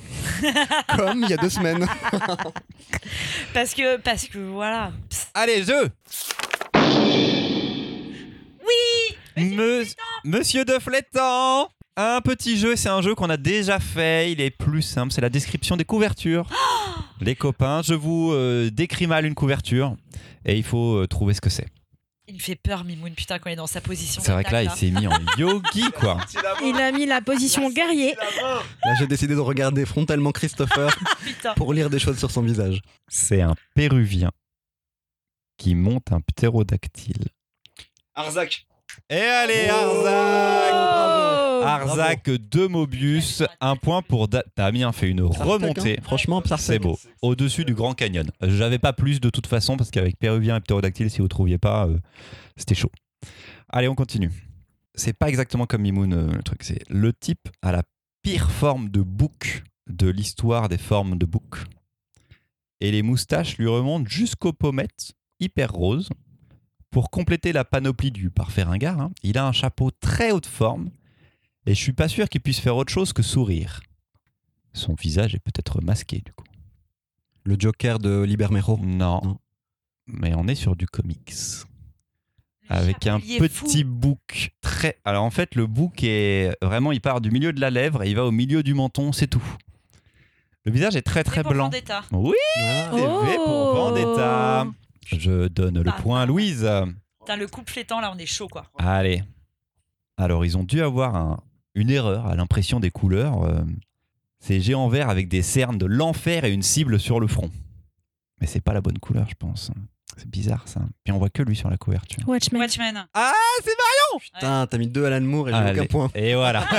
Comme il y a deux semaines. Parce que, parce que voilà. Allez, jeu. Oui. Me- Monsieur de Flétan. Un petit jeu, c'est un jeu qu'on a déjà fait. Il est plus simple, c'est la description des couvertures. Les copains, je vous euh, décris mal une couverture et il faut euh, trouver ce que c'est. Il me fait peur, Mimoun, putain, quand il est dans sa position. C'est vrai que là, il d'attaque, s'est mis en yogi, quoi. Il a mis la position guerrier. Là, j'ai décidé de regarder frontalement Christopher Putain. pour lire des choses sur son visage. C'est un Péruvien qui monte un ptérodactyle. Arzac. Et allez, Arzac Oh Arzac de Mobius, un point pour Da- Damien fait une remontée. hein. Franchement, C'est beau. Au-dessus du Grand Canyon. J'avais pas plus de toute façon parce qu'avec Péruvien et ptérodactyle, si vous trouviez pas, euh, c'était chaud. Allez, on continue. C'est pas exactement comme Mimoun euh, le truc. C'est le type à la pire forme de bouc de l'histoire des formes de bouc. Et les moustaches lui remontent jusqu'aux pommettes, hyper roses. Pour compléter la panoplie du parfait ringard, hein, il a un chapeau très haute forme et je suis pas sûr qu'il puisse faire autre chose que sourire. Son visage est peut-être masqué du coup. Le Joker de Libermero. Non, Non. mais on est sur du comics. Le Avec un chapelier fou. petit bouc très... Alors en fait, le bouc est vraiment, il part du milieu de la lèvre et il va au milieu du menton, c'est tout. Le visage est très très C'est pour blanc. Vendetta. Oui, Ah. c'est V pour Oh. Vendetta. Je donne le Bah, point à Louise. Putain, le couple flétant, là, on est chaud, quoi. Allez. Alors, ils ont dû avoir un- une erreur à l'impression des couleurs. Euh, c'est géant vert avec des cernes de l'enfer et une cible sur le front. Mais c'est pas la bonne couleur, je pense. C'est bizarre, ça. Puis on voit que lui sur la couverture. Watchmen. Watchmen. Ah, c'est Putain, t'as mis deux Alan Moore et j'ai Allez. aucun point. Et voilà.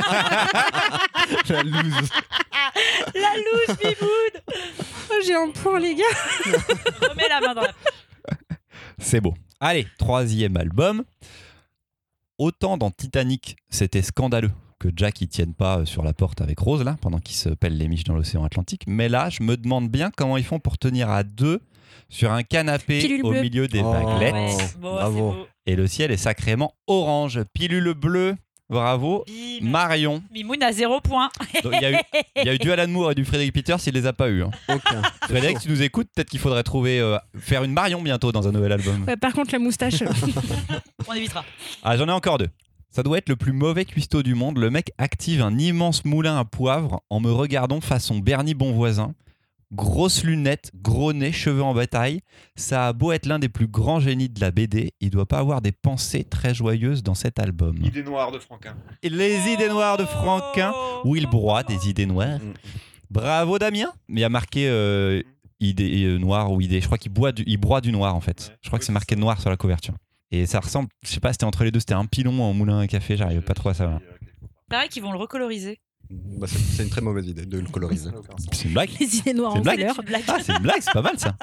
La loose. La loose, Mimoun. Oh, j'ai un point, les gars. Remets la main dans la... C'est beau. Allez, troisième album. Autant dans Titanic, c'était scandaleux que Jack y tienne pas sur la porte avec Rose, là, pendant qu'il se pèle les miches dans l'océan Atlantique. Mais là, je me demande bien comment ils font pour tenir à deux sur un canapé Pilule au bleue. milieu des Oh. vaguelettes. Ouais, Oh, c'est beau, bravo. c'est beau. Et le ciel est sacrément orange. Pilule bleue. Bravo. Bim. Marion. Mimoun a zéro point. Donc, Il y, a eu- il y a eu du Alan Moore et du Frédéric Peters, il les a pas eu. Hein. Aucun. Frédéric, tu nous écoutes, peut-être qu'il faudrait trouver euh, faire une Marion bientôt dans un nouvel album. Ouais, par contre, la moustache. On évitera. Ah, j'en ai encore deux. Ça doit être le plus mauvais cuistot du monde. Le mec active un immense moulin à poivre en me regardant façon Bernie Bonvoisin. Grosses lunettes, gros nez, cheveux en bataille. Ça a beau être l'un des plus grands génies de la B D, il doit pas avoir des pensées très joyeuses dans cet album. Idée noire de Franquin. Et les idées noires de Franquin, où il broie des idées noires. Mm. Bravo Damien. Mais il y a marqué euh, idée euh, noire ou idée. Je crois qu'il boit du, il broie du noir en fait. Ouais. Je crois que Oui, c'est marqué c'est ça. noir sur la couverture. Et ça ressemble, je sais pas, c'était entre les deux, c'était un pilon en moulin à café, j'arrive pas trop à savoir. Pareil qu'ils vont le recoloriser. Bah, c'est c'est une très mauvaise idée de le coloriser. C'est une blague. Les idées noires C'est en une blague. couleur. Une blague. Ah, c'est une blague, c'est pas mal ça.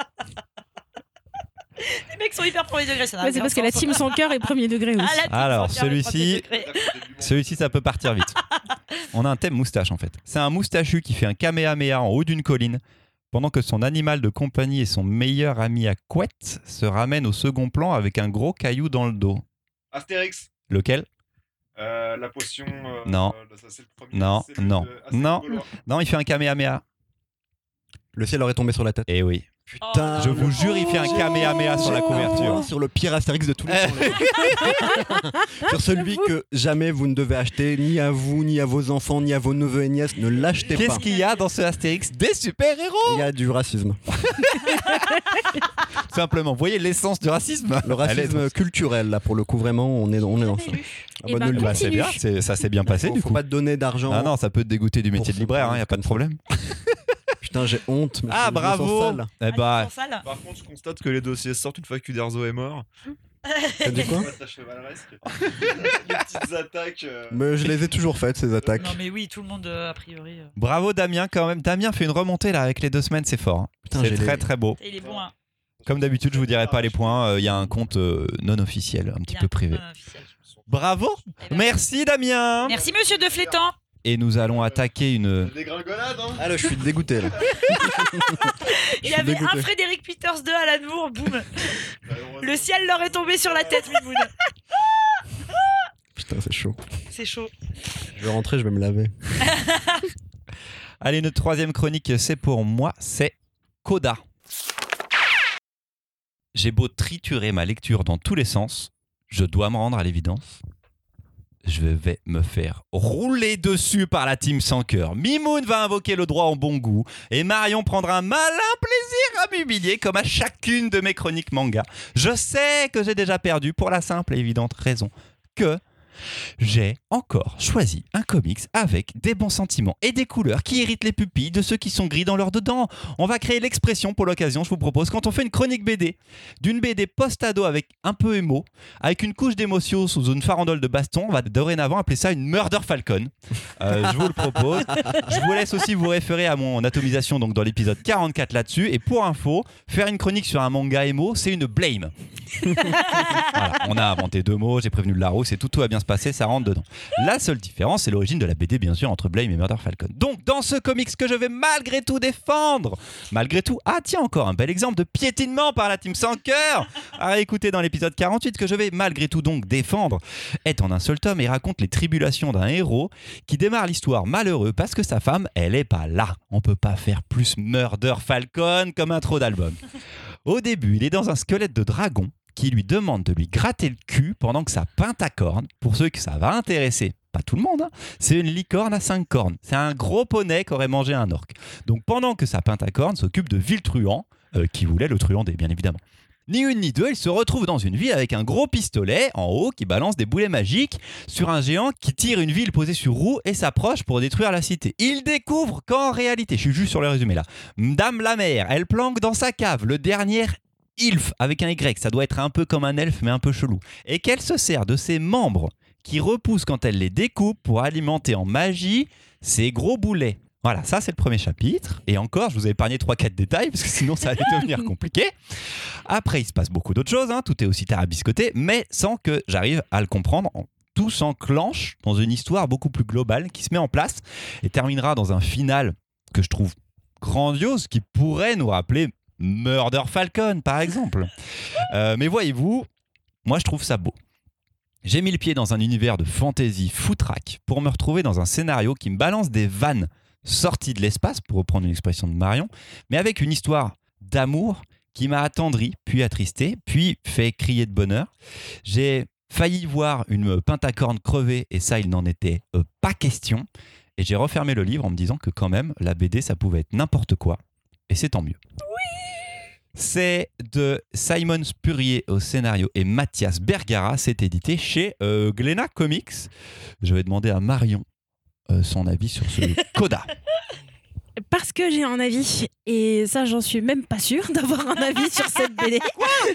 Les mecs sont hyper premier degré. Ça n'a Ouais, c'est aucun parce que la sens. team sans cœur est premier degré aussi. Ah, la team Alors, sans cœur est celui-ci- premier degré. Celui-ci, ça peut partir vite. On a un thème moustache en fait. C'est un moustachu qui fait un kamehameha en haut d'une colline, pendant que son animal de compagnie et son meilleur ami à couette se ramènent au second plan avec un gros caillou dans le dos. Astérix. Lequel? Euh, la potion. euh, Non. euh, ça, c'est le premier, Non, c'est le- non, le- ah, c'est non. le Gaulois. Non, il fait un kamehameha. Le ciel aurait tombé sur la tête. Eh oui. Putain, Je vous jure, il fait un kamehameha sur la couverture. Sur le pire Astérix de tous les temps. Sur celui que jamais vous ne devez acheter, ni à vous, ni à vos enfants, ni à vos neveux et nièces. Ne l'achetez pas. Qu'est-ce qu'il y a dans ce Astérix? Des super-héros. Il y a du racisme. Simplement. Vous voyez l'essence du racisme? Le Elle est racisme dans- culturel, là, pour le coup, vraiment, on est, on est dans ça. Jamais lu. Ah Eh bah, ben, ne le- Bah, c'est Continue. bien, c'est- ça s'est bien passé faut, du faut coup. pas te donner d'argent. Ah non, ça peut te dégoûter du métier Pour de libraire, il n'y a pas de comme ça. problème. Putain, j'ai honte. mais Ah, je me bravo. sens sale. Eh Ah, bah, ils sont sales. Par contre, je constate que les dossiers sortent une fois qu'Uderzo est mort. T'as dit quoi? Ta chevaleresque. Les petites attaques. euh, Mais je les ai toujours faites, ces attaques. Non mais oui, tout le monde euh, a priori. euh. bravo Damien quand même. Damien fait une remontée là avec les deux semaines, c'est fort. hein. Putain, C'est j'ai très les- très beau. Et il est bon. Hein. Comme d'habitude, je vous dirai pas les points. Il y a un compte euh, non officiel, un petit Bien. peu privé. Euh, officiel. Bravo. Eh ben, Merci Damien. Merci Monsieur de Flétan. Et nous allons attaquer une. Dégringolade, hein. Ah là, je suis dégoûté là. Il y suis avait dégoûté. un Frédéric Peters, deux Alan Moore, boum. Malheureusement. Le ciel leur est tombé sur la tête, Mimoun. Putain, c'est chaud. C'est chaud. Je vais rentrer, je vais me laver. Allez, notre troisième chronique, c'est pour moi, c'est Coda. J'ai beau triturer ma lecture dans tous les sens, je dois me rendre à l'évidence. je vais me faire rouler dessus par la team sans cœur. Mimoun va invoquer le droit en bon goût et Marion prendra un malin plaisir à m'humilier comme à chacune de mes chroniques manga. Je sais que j'ai déjà perdu pour la simple et évidente raison que j'ai encore choisi un comics avec des bons sentiments et des couleurs qui irritent les pupilles de ceux qui sont gris dans leur dedans. On va créer l'expression pour l'occasion, je vous propose, quand on fait une chronique B D, d'une B D post-ado avec un peu émo, avec une couche d'émotion sous une farandole de baston, on va dorénavant appeler ça une Murder Falcon. Euh, je vous le propose. Je vous laisse aussi vous référer à mon atomisation donc dans l'épisode quarante-quatre là-dessus. Et pour info, faire une chronique sur un manga émo, c'est une blame. Voilà, on a inventé deux mots, j'ai prévenu le Larousse et tout, tout va bien se passer, ça rentre dedans. La seule différence, c'est l'origine de la B D, bien sûr, entre Blame et Murder Falcon. Donc, dans ce comics que je vais malgré tout défendre, malgré tout, ah tiens, encore un bel exemple de piétinement par la team sans cœur, à réécouter dans l'épisode quarante-huit, que je vais malgré tout donc défendre, est en un seul tome et raconte les tribulations d'un héros qui démarre l'histoire malheureux parce que sa femme, elle est pas là. On peut pas faire plus Murder Falcon comme intro d'album. Au début, il est dans un squelette de dragon qui lui demande de lui gratter le cul pendant que sa pentacorne, pour ceux que ça va intéresser, pas tout le monde, hein, c'est une licorne à cinq cornes. C'est un gros poney qu'aurait mangé un orque. Donc pendant que sa pentacorne s'occupe de Viltruand, euh, qui voulait le truander bien évidemment. Ni une ni deux, il se retrouve dans une ville avec un gros pistolet en haut qui balance des boulets magiques sur un géant qui tire une ville posée sur roue et s'approche pour détruire la cité. Il découvre qu'en réalité, je suis juste sur le résumé là, Dame la Mère, elle planque dans sa cave le dernier Ilf avec un Y, ça doit être un peu comme un elfe mais un peu chelou, et qu'elle se sert de ses membres qui repoussent quand elle les découpe pour alimenter en magie ses gros boulets. Voilà, ça c'est le premier chapitre. Et encore, je vous ai épargné trois quatre détails parce que sinon ça allait devenir compliqué. Après, il se passe beaucoup d'autres choses, hein, tout est aussi tarabiscoté, mais sans que j'arrive à le comprendre. Tout s'enclenche dans une histoire beaucoup plus globale qui se met en place et terminera dans un final que je trouve grandiose, qui pourrait nous rappeler Murder Falcon, par exemple. Euh, mais voyez-vous, moi je trouve ça beau. J'ai mis le pied dans un univers de fantasy foutraque pour me retrouver dans un scénario qui me balance des vannes sorties de l'espace, pour reprendre une expression de Marion, mais avec une histoire d'amour qui m'a attendri, puis attristé, puis fait crier de bonheur. J'ai failli voir une pentacorne crever, et ça, il n'en était euh, pas question. Et j'ai refermé le livre en me disant que quand même, la B D, ça pouvait être n'importe quoi. Et c'est tant mieux. C'est de Simon Spurrier au scénario et Mathias Bergara. C'est édité chez euh, Glénat Comics. Je vais demander à Marion euh, son avis sur ce coda. Parce que j'ai un avis, et ça j'en suis même pas sûre d'avoir un avis sur cette B D.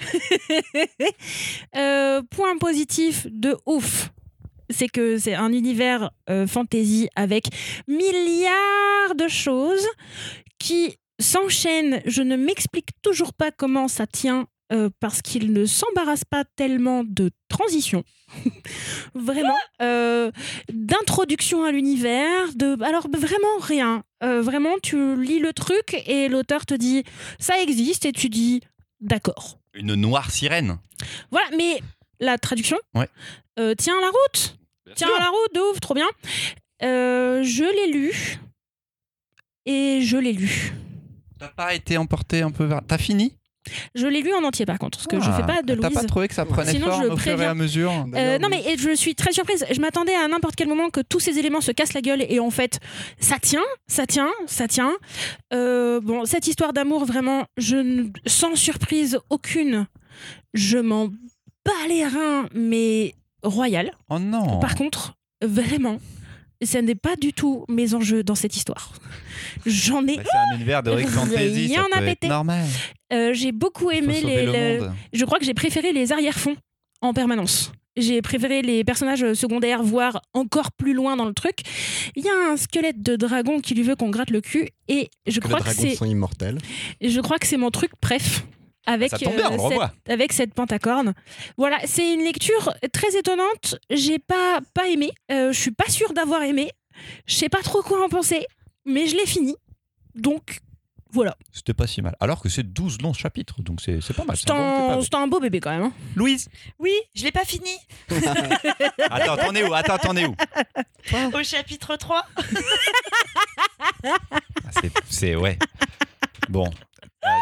euh, point positif de ouf, c'est que c'est un univers euh, fantasy avec milliards de choses qui s'enchaînent. Je ne m'explique toujours pas comment ça tient, euh, parce qu'il ne s'embarrasse pas tellement de transition. Vraiment, euh, d'introduction à l'univers, de alors vraiment rien. Euh, vraiment, tu lis le truc et l'auteur te dit ça existe et tu dis d'accord. Une noire sirène. Voilà, mais la traduction, ouais. euh, tient la route. Bien tient sûr. La route, de ouf, trop bien. Euh, je l'ai lu et je l'ai lu. T'as pas été emporté un peu vers... T'as fini ? Je l'ai lu en entier par contre, parce que ah, je fais pas de Louise. T'as pas trouvé que ça prenait Sinon, forme je au fur et à mesure euh, Non mais je suis très surprise. Je m'attendais à n'importe quel moment que tous ces éléments se cassent la gueule et en fait ça tient, ça tient, ça tient. Euh, bon, cette histoire d'amour vraiment, je ne... sans surprise aucune, je m'en bats les reins, mais royal. Oh non. Par contre, vraiment, ce n'est pas du tout mes enjeux dans cette histoire. J'en ai. Bah, c'est un univers de fantasy, ça peut être normal. Euh, j'ai beaucoup aimé les. les... Je crois que j'ai préféré les arrière-fonds en permanence. J'ai préféré les personnages secondaires, voire encore plus loin dans le truc. Il y a un squelette de dragon qui lui veut qu'on gratte le cul, et je que crois les que dragons c'est. sont immortels. Je crois que c'est mon truc préf. Avec, ça tombe bien, on le revoit. cette, avec cette pentacorne. Voilà, c'est une lecture très étonnante. J'ai pas, pas aimé. Euh, je suis pas sûre d'avoir aimé. Je sais pas trop quoi en penser, mais je l'ai fini. Donc, voilà. C'était pas si mal. Alors que c'est douze longs chapitres, donc c'est, c'est pas mal. C'est un, bon, c'est un beau bébé quand même. Hein. Louise ? Oui, je l'ai pas fini. Attends, t'en es où ? Attends, t'en es où ? Au chapitre trois. c'est, c'est, ouais. Bon. Euh,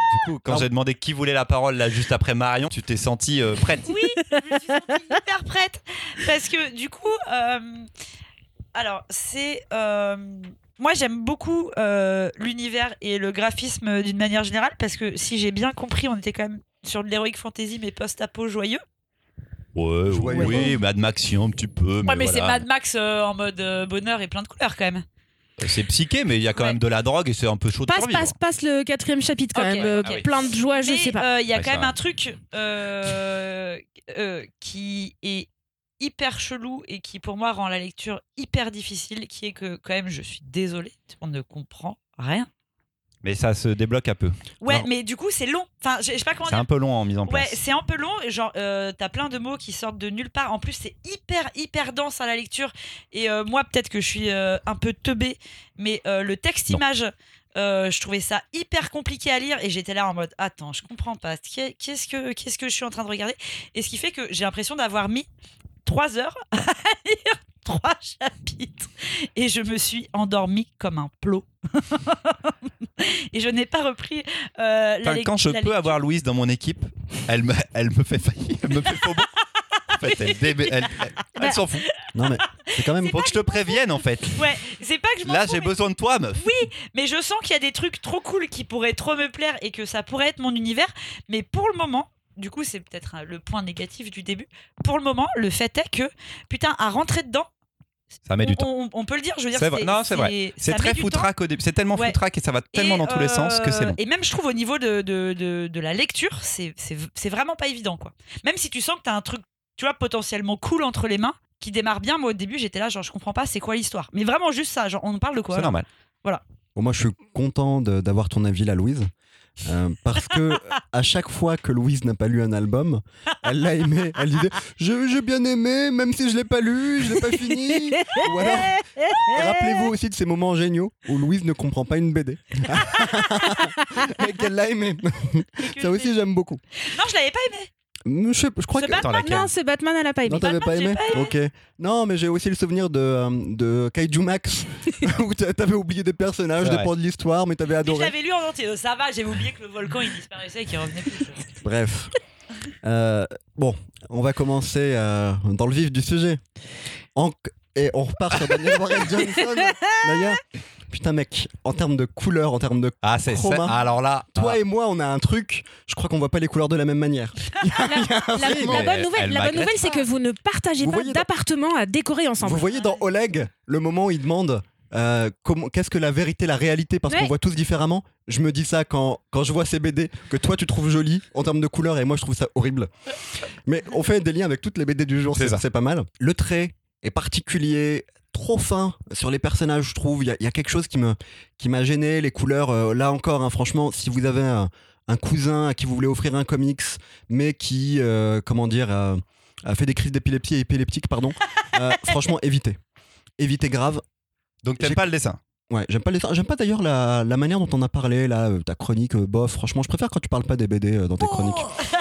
Du coup, quand j'ai demandé qui voulait la parole là juste après Marion, tu t'es sentie euh, prête. Oui, je me suis sentie hyper prête. Parce que du coup, euh, alors c'est. euh, moi, j'aime beaucoup euh, l'univers et le graphisme d'une manière générale. Parce que si j'ai bien compris, on était quand même sur de l'heroic fantasy, mais post-apo joyeux. Ouais, Joyeux. oui, Mad Max, un petit peu. Mais Ouais, mais voilà. c'est Mad Max euh, en mode euh, bonheur et plein de couleurs quand même. C'est psyché, mais il y a quand Ouais. même de la drogue et c'est un peu chaud de Passe, survivre. passe, passe le quatrième chapitre quand Ok, même. euh, ah oui. Plein de joie, je Mais, sais pas. euh, Il y a Ouais, quand c'est même vrai. un truc euh, euh, qui est hyper chelou et qui pour moi rend la lecture hyper difficile, qui est que quand même je suis désolée, on ne comprend rien. Mais ça se débloque un peu. Ouais, Non. mais du coup c'est long. Enfin, je je sais pas comment C'est dire. un peu long en mise en Ouais, place. c'est un peu long. et Genre, euh, t'as plein de mots qui sortent de nulle part. En plus, c'est hyper, hyper dense à la lecture. Et euh, moi, peut-être que je suis euh, un peu teubée, mais euh, le texte-image, euh, je trouvais ça hyper compliqué à lire. Et j'étais là en mode, attends, je comprends pas. Qu'est- Qu'est-ce que, qu'est-ce que je suis en train de regarder? Et ce qui fait que j'ai l'impression d'avoir mis trois heures à lire trois chapitres. Et je me suis endormie comme un plot. Et je n'ai pas repris euh, la Enfin, lec- quand je la peux lecture. avoir Louise dans mon équipe, elle me, elle me fait faillir, elle me fait faux bon. En fait, elle, dé- elle, elle- elle Bah, s'en fout. Non, mais c'est quand même. Faut que je te prévienne en fait. Ouais, c'est pas que je m'en Là, fous, j'ai mais- besoin de toi, meuf. Mais je sens qu'il y a des trucs trop cool qui pourraient trop me plaire et que ça pourrait être mon univers. Mais pour le moment, du coup, c'est peut-être euh, le point négatif du début. Pour le moment, le fait est que, putain, à rentrer dedans, Ça met du on, temps. on- on peut le dire, je veux dire, C'est vrai. Non, c'est vrai. C'est ça met très du temps. foutraque au début. C'est tellement Ouais. foutraque et ça va tellement Et, dans tous les sens que c'est long. Et même, je trouve, au niveau de, de, de, de la lecture, c'est c'est- c'est vraiment pas évident, quoi. Même si tu sens que t'as un truc, tu vois, potentiellement cool entre les mains, qui démarre bien, moi, au début, j'étais là, genre, je comprends pas, c'est quoi l'histoire. Mais vraiment juste ça, genre, on parle de quoi C'est là normal. Bon, moi, je suis content de- d'avoir ton avis, là, Louise. Euh, parce que à chaque fois que Louise n'a pas lu un album, elle l'a aimé. Elle disait je- j'ai bien aimé, même si je l'ai pas lu, je l'ai pas fini. Ou alors, rappelez-vous aussi de ces moments géniaux où Louise ne comprend pas une B D et qu'elle l'a aimé. Et que Ça aussi, j'aime beaucoup. Non, je l'avais pas aimé. Je, sais- je crois Ce que. Attends, laquelle Non, ce Batman, elle a pas aimé. Non, t'avais pas Batman, aimé, j'ai pas Ok. Non, mais j'ai aussi le souvenir de, euh, de Kaiju Max, où t'a- t'avais oublié des personnages, C'est des vrai. points de l'histoire, mais t'avais Mais je adoré. l'avais lu en entier, euh, ça va, j'avais oublié que le volcan il disparaissait et qu'il revenait plus. Bref. Euh, bon, on va commencer euh, dans le vif du sujet. En- Et on repart sur Daniel Warren Johnson. D'ailleurs, putain, mec, en termes de couleurs, en termes de. Ah, c'est ça. Chroma. Alors là. Toi ah, et moi, on a un truc, je crois qu'on voit pas les couleurs de la même manière. La, la- Oui, la mais bonne nouvelle, elle la bonne m'agresse nouvelle, c'est que vous ne partagez Vous pas voyez dans- d'appartement à décorer ensemble. Vous voyez dans Oleg, le moment où il demande euh, comment, qu'est-ce que la vérité, la réalité, parce Ouais. qu'on voit tous différemment. Je me dis ça quand, quand je vois ces B D que toi tu trouves joli en termes de couleurs et moi je trouve ça horrible. Mais on fait des liens avec toutes les B D du jour, C'est c'est, ça. c'est pas mal. Le trait est particulier, trop fin sur les personnages, je trouve. Il y, a- il y a quelque chose qui, me, qui m'a gêné. Les couleurs, euh, là encore, hein, franchement, si vous avez un, un cousin à qui vous voulez offrir un comics, mais qui, euh, comment dire, euh, a fait des crises d'épilepsie épileptique, pardon, euh, franchement, évitez. Évitez grave. Donc t'aimes J'ai- pas le dessin. Ouais, j'aime pas les j'aime pas d'ailleurs la, la manière dont on a parlé là, euh, ta chronique, euh, bof. Franchement, je préfère quand tu parles pas des B D euh, dans tes chroniques.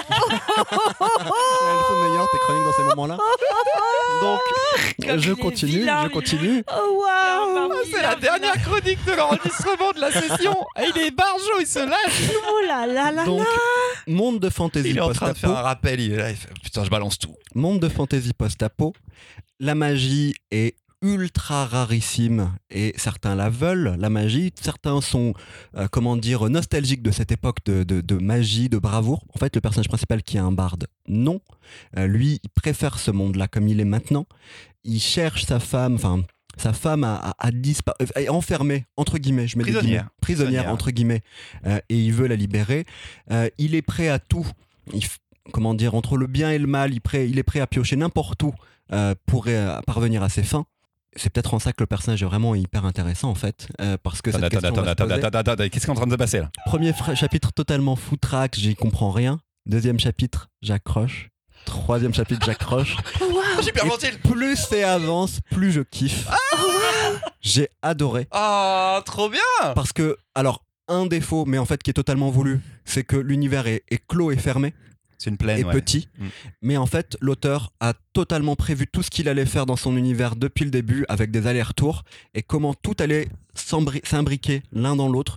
Elles sont meilleures tes chroniques dans ces moments-là. Donc, Comme je il est continue, vilain, je lui. continue. Oh waouh C'est la dernière chronique de l'enregistrement de la session. Et il est barjot, il se lâche. Oh là là là Donc, monde de fantasy Il est en train de faire post-apo. un rappel. Il est là, il fait, putain, je balance tout. Monde de fantasy post-apo. La magie est ultra rarissime et certains la veulent, la magie. Certains sont, euh, comment dire, nostalgiques de cette époque de, de- de magie, de bravoure. En fait, le personnage principal qui est un barde, non. Euh, lui, il préfère ce monde-là comme il est maintenant. Il cherche sa femme, enfin, sa femme a, a, a disparu, est enfermée, entre guillemets, je mets des Prisonnière. guillemets, prisonnière, Prisonnière. entre guillemets, euh, et il veut la libérer. Euh, il est prêt à tout. Il f- comment dire, entre le bien et le mal, il, est prêt- il est prêt à piocher n'importe où euh, pour euh, parvenir à ses fins. C'est peut-être en ça que le personnage est vraiment hyper intéressant en fait, euh, parce que cette Attends, question attends, va se attends, poser. attends, attends, attends, qu'est-ce qui est en train de se passer là? Premier fra- chapitre totalement foutraque, j'y comprends rien. Deuxième chapitre, j'accroche. Troisième chapitre, j'accroche. Oh waouh Super Et gentil. plus c'est avance, plus je kiffe. J'ai adoré. Oh, trop bien. Parce que, alors, un défaut, mais en fait qui est totalement voulu, c'est que l'univers est, est clos et fermé. C'est une plaine. et ouais. petit. Mm. Mais en fait, l'auteur a totalement prévu tout ce qu'il allait faire dans son univers depuis le début, avec des allers-retours, et comment tout allait s'embri- s'imbriquer l'un dans l'autre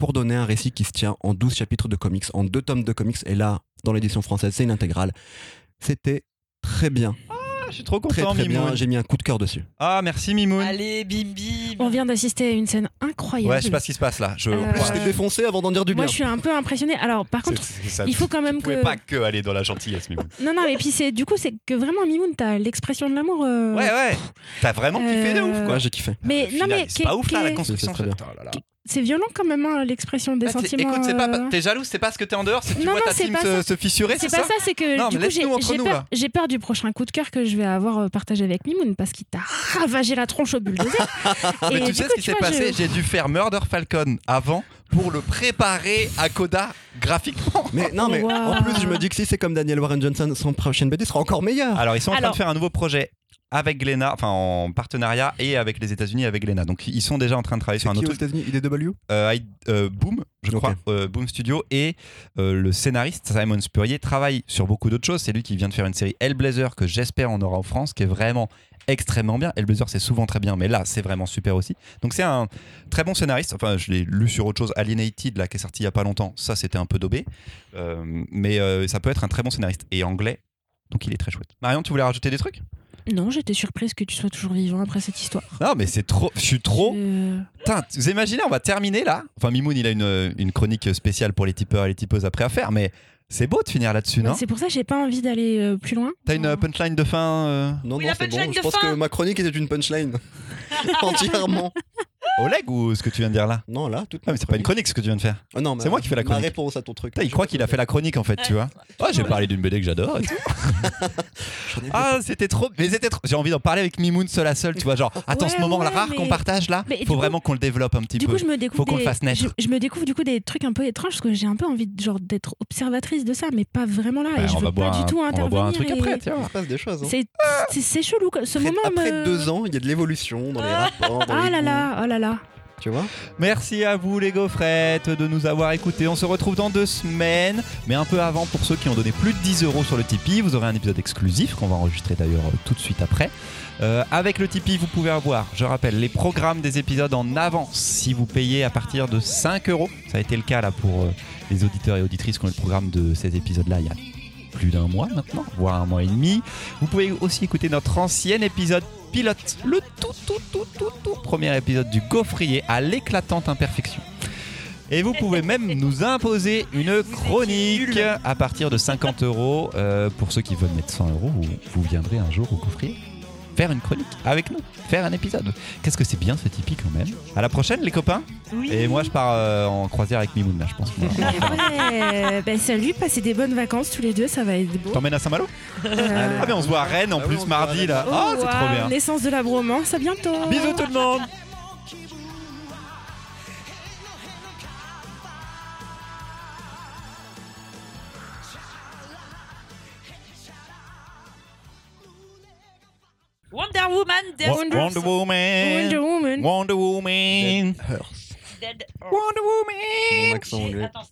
pour donner un récit qui se tient en douze chapitres de comics, en deux tomes de comics. Et là, dans l'édition française, c'est une intégrale. C'était très bien. Ah, je suis trop Très content, très bien. Mimoun. J'ai mis un coup de cœur dessus. Ah, merci Mimoun. Allez, bim bim. On vient d'assister à une scène incroyable. Ouais, je sais pas ce qui se passe là. Je... Euh, Ouais. Je t'ai défoncé avant d'en dire du bien. Moi, je suis un peu impressionnée. Alors, par contre, C'est- c'est ça. il faut quand même Tu pouvais que. pas que aller dans la gentillesse, Mimoun. Non, non, mais puis c'est du coup, c'est que vraiment, Mimoun, t'as l'expression de l'amour. euh, Ouais, ouais. T'as vraiment kiffé de Euh, ouf, quoi. Ouais, j'ai kiffé. Mais Au non, final, mais c'est pas ouf là la qu'est- construction. C'est très bien. Oh là là. c'est violent quand même, hein, l'expression des Ah, t'es- sentiments. Écoute, c'est pas, euh, t'es jalouse, c'est parce que t'es en dehors, c'est que tu Non, vois non, ta c'est team pas se, ça. se fissurer, c'est C'est ça pas ça, c'est que Non, du mais coup, laisse-nous j'ai entre j'ai nous, peur, là. j'ai peur du prochain coup de cœur que je vais avoir euh, partagé avec Mimoun parce qu'il t'a ravagé la tronche au bulldozer. Mais Et tu du sais coup, ce qui s'est vois, passé je- J'ai dû faire Murder Falcon avant pour le préparer à Coda graphiquement. Mais non, mais Wow. en plus, je me dis que si c'est comme Daniel Warren Johnson, son prochaine B D sera encore meilleur. Alors, ils sont en train Alors- de faire un nouveau projet avec Glénat, enfin en partenariat et avec les États-Unis avec Glénat. Donc ils sont déjà en train de travailler C'est sur un qui autre aux truc. États-Unis I D W Euh, I- euh, Boom, je Ok. crois, euh, Boom Studio, et euh, le scénariste Simon Spurrier travaille sur beaucoup d'autres choses. C'est lui qui vient de faire une série Hellblazer que j'espère on aura en France, qui est vraiment extrêmement bien. Hellblazer c'est souvent très bien, mais là c'est vraiment super aussi. Donc c'est un très bon scénariste. Enfin, je l'ai lu sur autre chose, Alienated, là qui est sorti il y a pas longtemps. Ça c'était un peu daubé, Euh, mais euh, ça peut être un très bon scénariste et anglais. Donc il est très chouette. Marion, tu voulais rajouter des trucs? Non, j'étais surprise que tu sois toujours vivant après cette histoire. Non, mais c'est trop. Je suis trop. Euh, Putain, vous imaginez, on va terminer là. Enfin, Mimoun, il a une, une chronique spéciale pour les tipeurs et les tipeuses après à faire, mais c'est beau de finir là-dessus, bah, non? c'est pour ça que j'ai pas envie d'aller euh, plus loin. T'as une euh, punchline de fin euh, Non, Oui, non, la c'est punchline bon. de Je pense fin. que ma chronique était une punchline. Entièrement. Oleg ou ce que tu viens de dire là? Non, là, toute Ah, mais c'est pas une chronique ce que tu viens de faire. Ah, non, C'est moi qui fais la Ma chronique. réponse à ton truc. Putain, il croit qu'il a fait la chronique en fait, tu vois. Oh, j'ai parlé d'une B D que j'adore et tout. J'en ai Ah, c'était trop. Mais c'était trop. J'ai envie d'en parler avec Mimoun seul à seul, tu vois. Genre, attends, Ouais, ce moment là ouais, rare mais- qu'on partage là, mais du faut coup- vraiment qu'on le développe un petit Du peu. coup, je me découvre Faut qu'on des... le fasse naître. Je, je me découvre du coup des trucs un peu étranges parce que j'ai un peu envie de, genre d'être observatrice de ça, mais pas vraiment là. Ouais, et je on veux va pas boire du un- tout on va intervenir. boire un truc et- après, tu vois. Il se passe des choses. hein. C'est c'est- c'est chelou. quoi. Ce Après, moment après me... deux ans, il y a de l'évolution dans les rapports. dans Ah les là goûts, là, oh là là. Tu vois Merci à vous les gaufrettes de nous avoir écoutés. On se retrouve dans deux semaines, mais un peu avant pour ceux qui ont donné plus de dix euros sur le Tipeee. Vous aurez un épisode exclusif qu'on va enregistrer d'ailleurs euh, tout de suite après. Euh, avec le Tipeee, vous pouvez avoir, je rappelle, les programmes des épisodes en avance si vous payez à partir de cinq euros. Ça a été le cas là pour euh, les auditeurs et auditrices qui ont eu le programme de ces épisodes-là il y a plus d'un mois maintenant, voire un mois et demi. Vous pouvez aussi écouter notre ancien épisode pilote, le tout tout tout tout tout premier épisode du Gaufrier à l'éclatante imperfection. Et vous pouvez même nous imposer une chronique à partir de cinquante euros. Euh, pour ceux qui veulent mettre cent euros, vous, vous viendrez un jour au Gaufrier faire une chronique avec nous, faire un épisode. Qu'est-ce que c'est bien ce Tipeee quand même. À la prochaine les copains. Oui. Et moi je pars euh, en croisière avec Mimoun là, je pense. qu'on va- on va faire un- Ouais, ben salut, passez des bonnes vacances tous les deux, ça va être beau. T'emmènes à Saint-Malo? Euh, Ah mais on se voit à Rennes en Ah oui, plus on se voit à mardi Rennes. là. oh, Ah c'est trop waouh, bien. Naissance de la bromance, à bientôt. Bisous tout le monde. Wonder Woman, Death Wonder, Wonder Woman. Wonder Woman. Wonder Woman. Hearth. Dead. Wonder Woman. Mon accent anglais. Attends,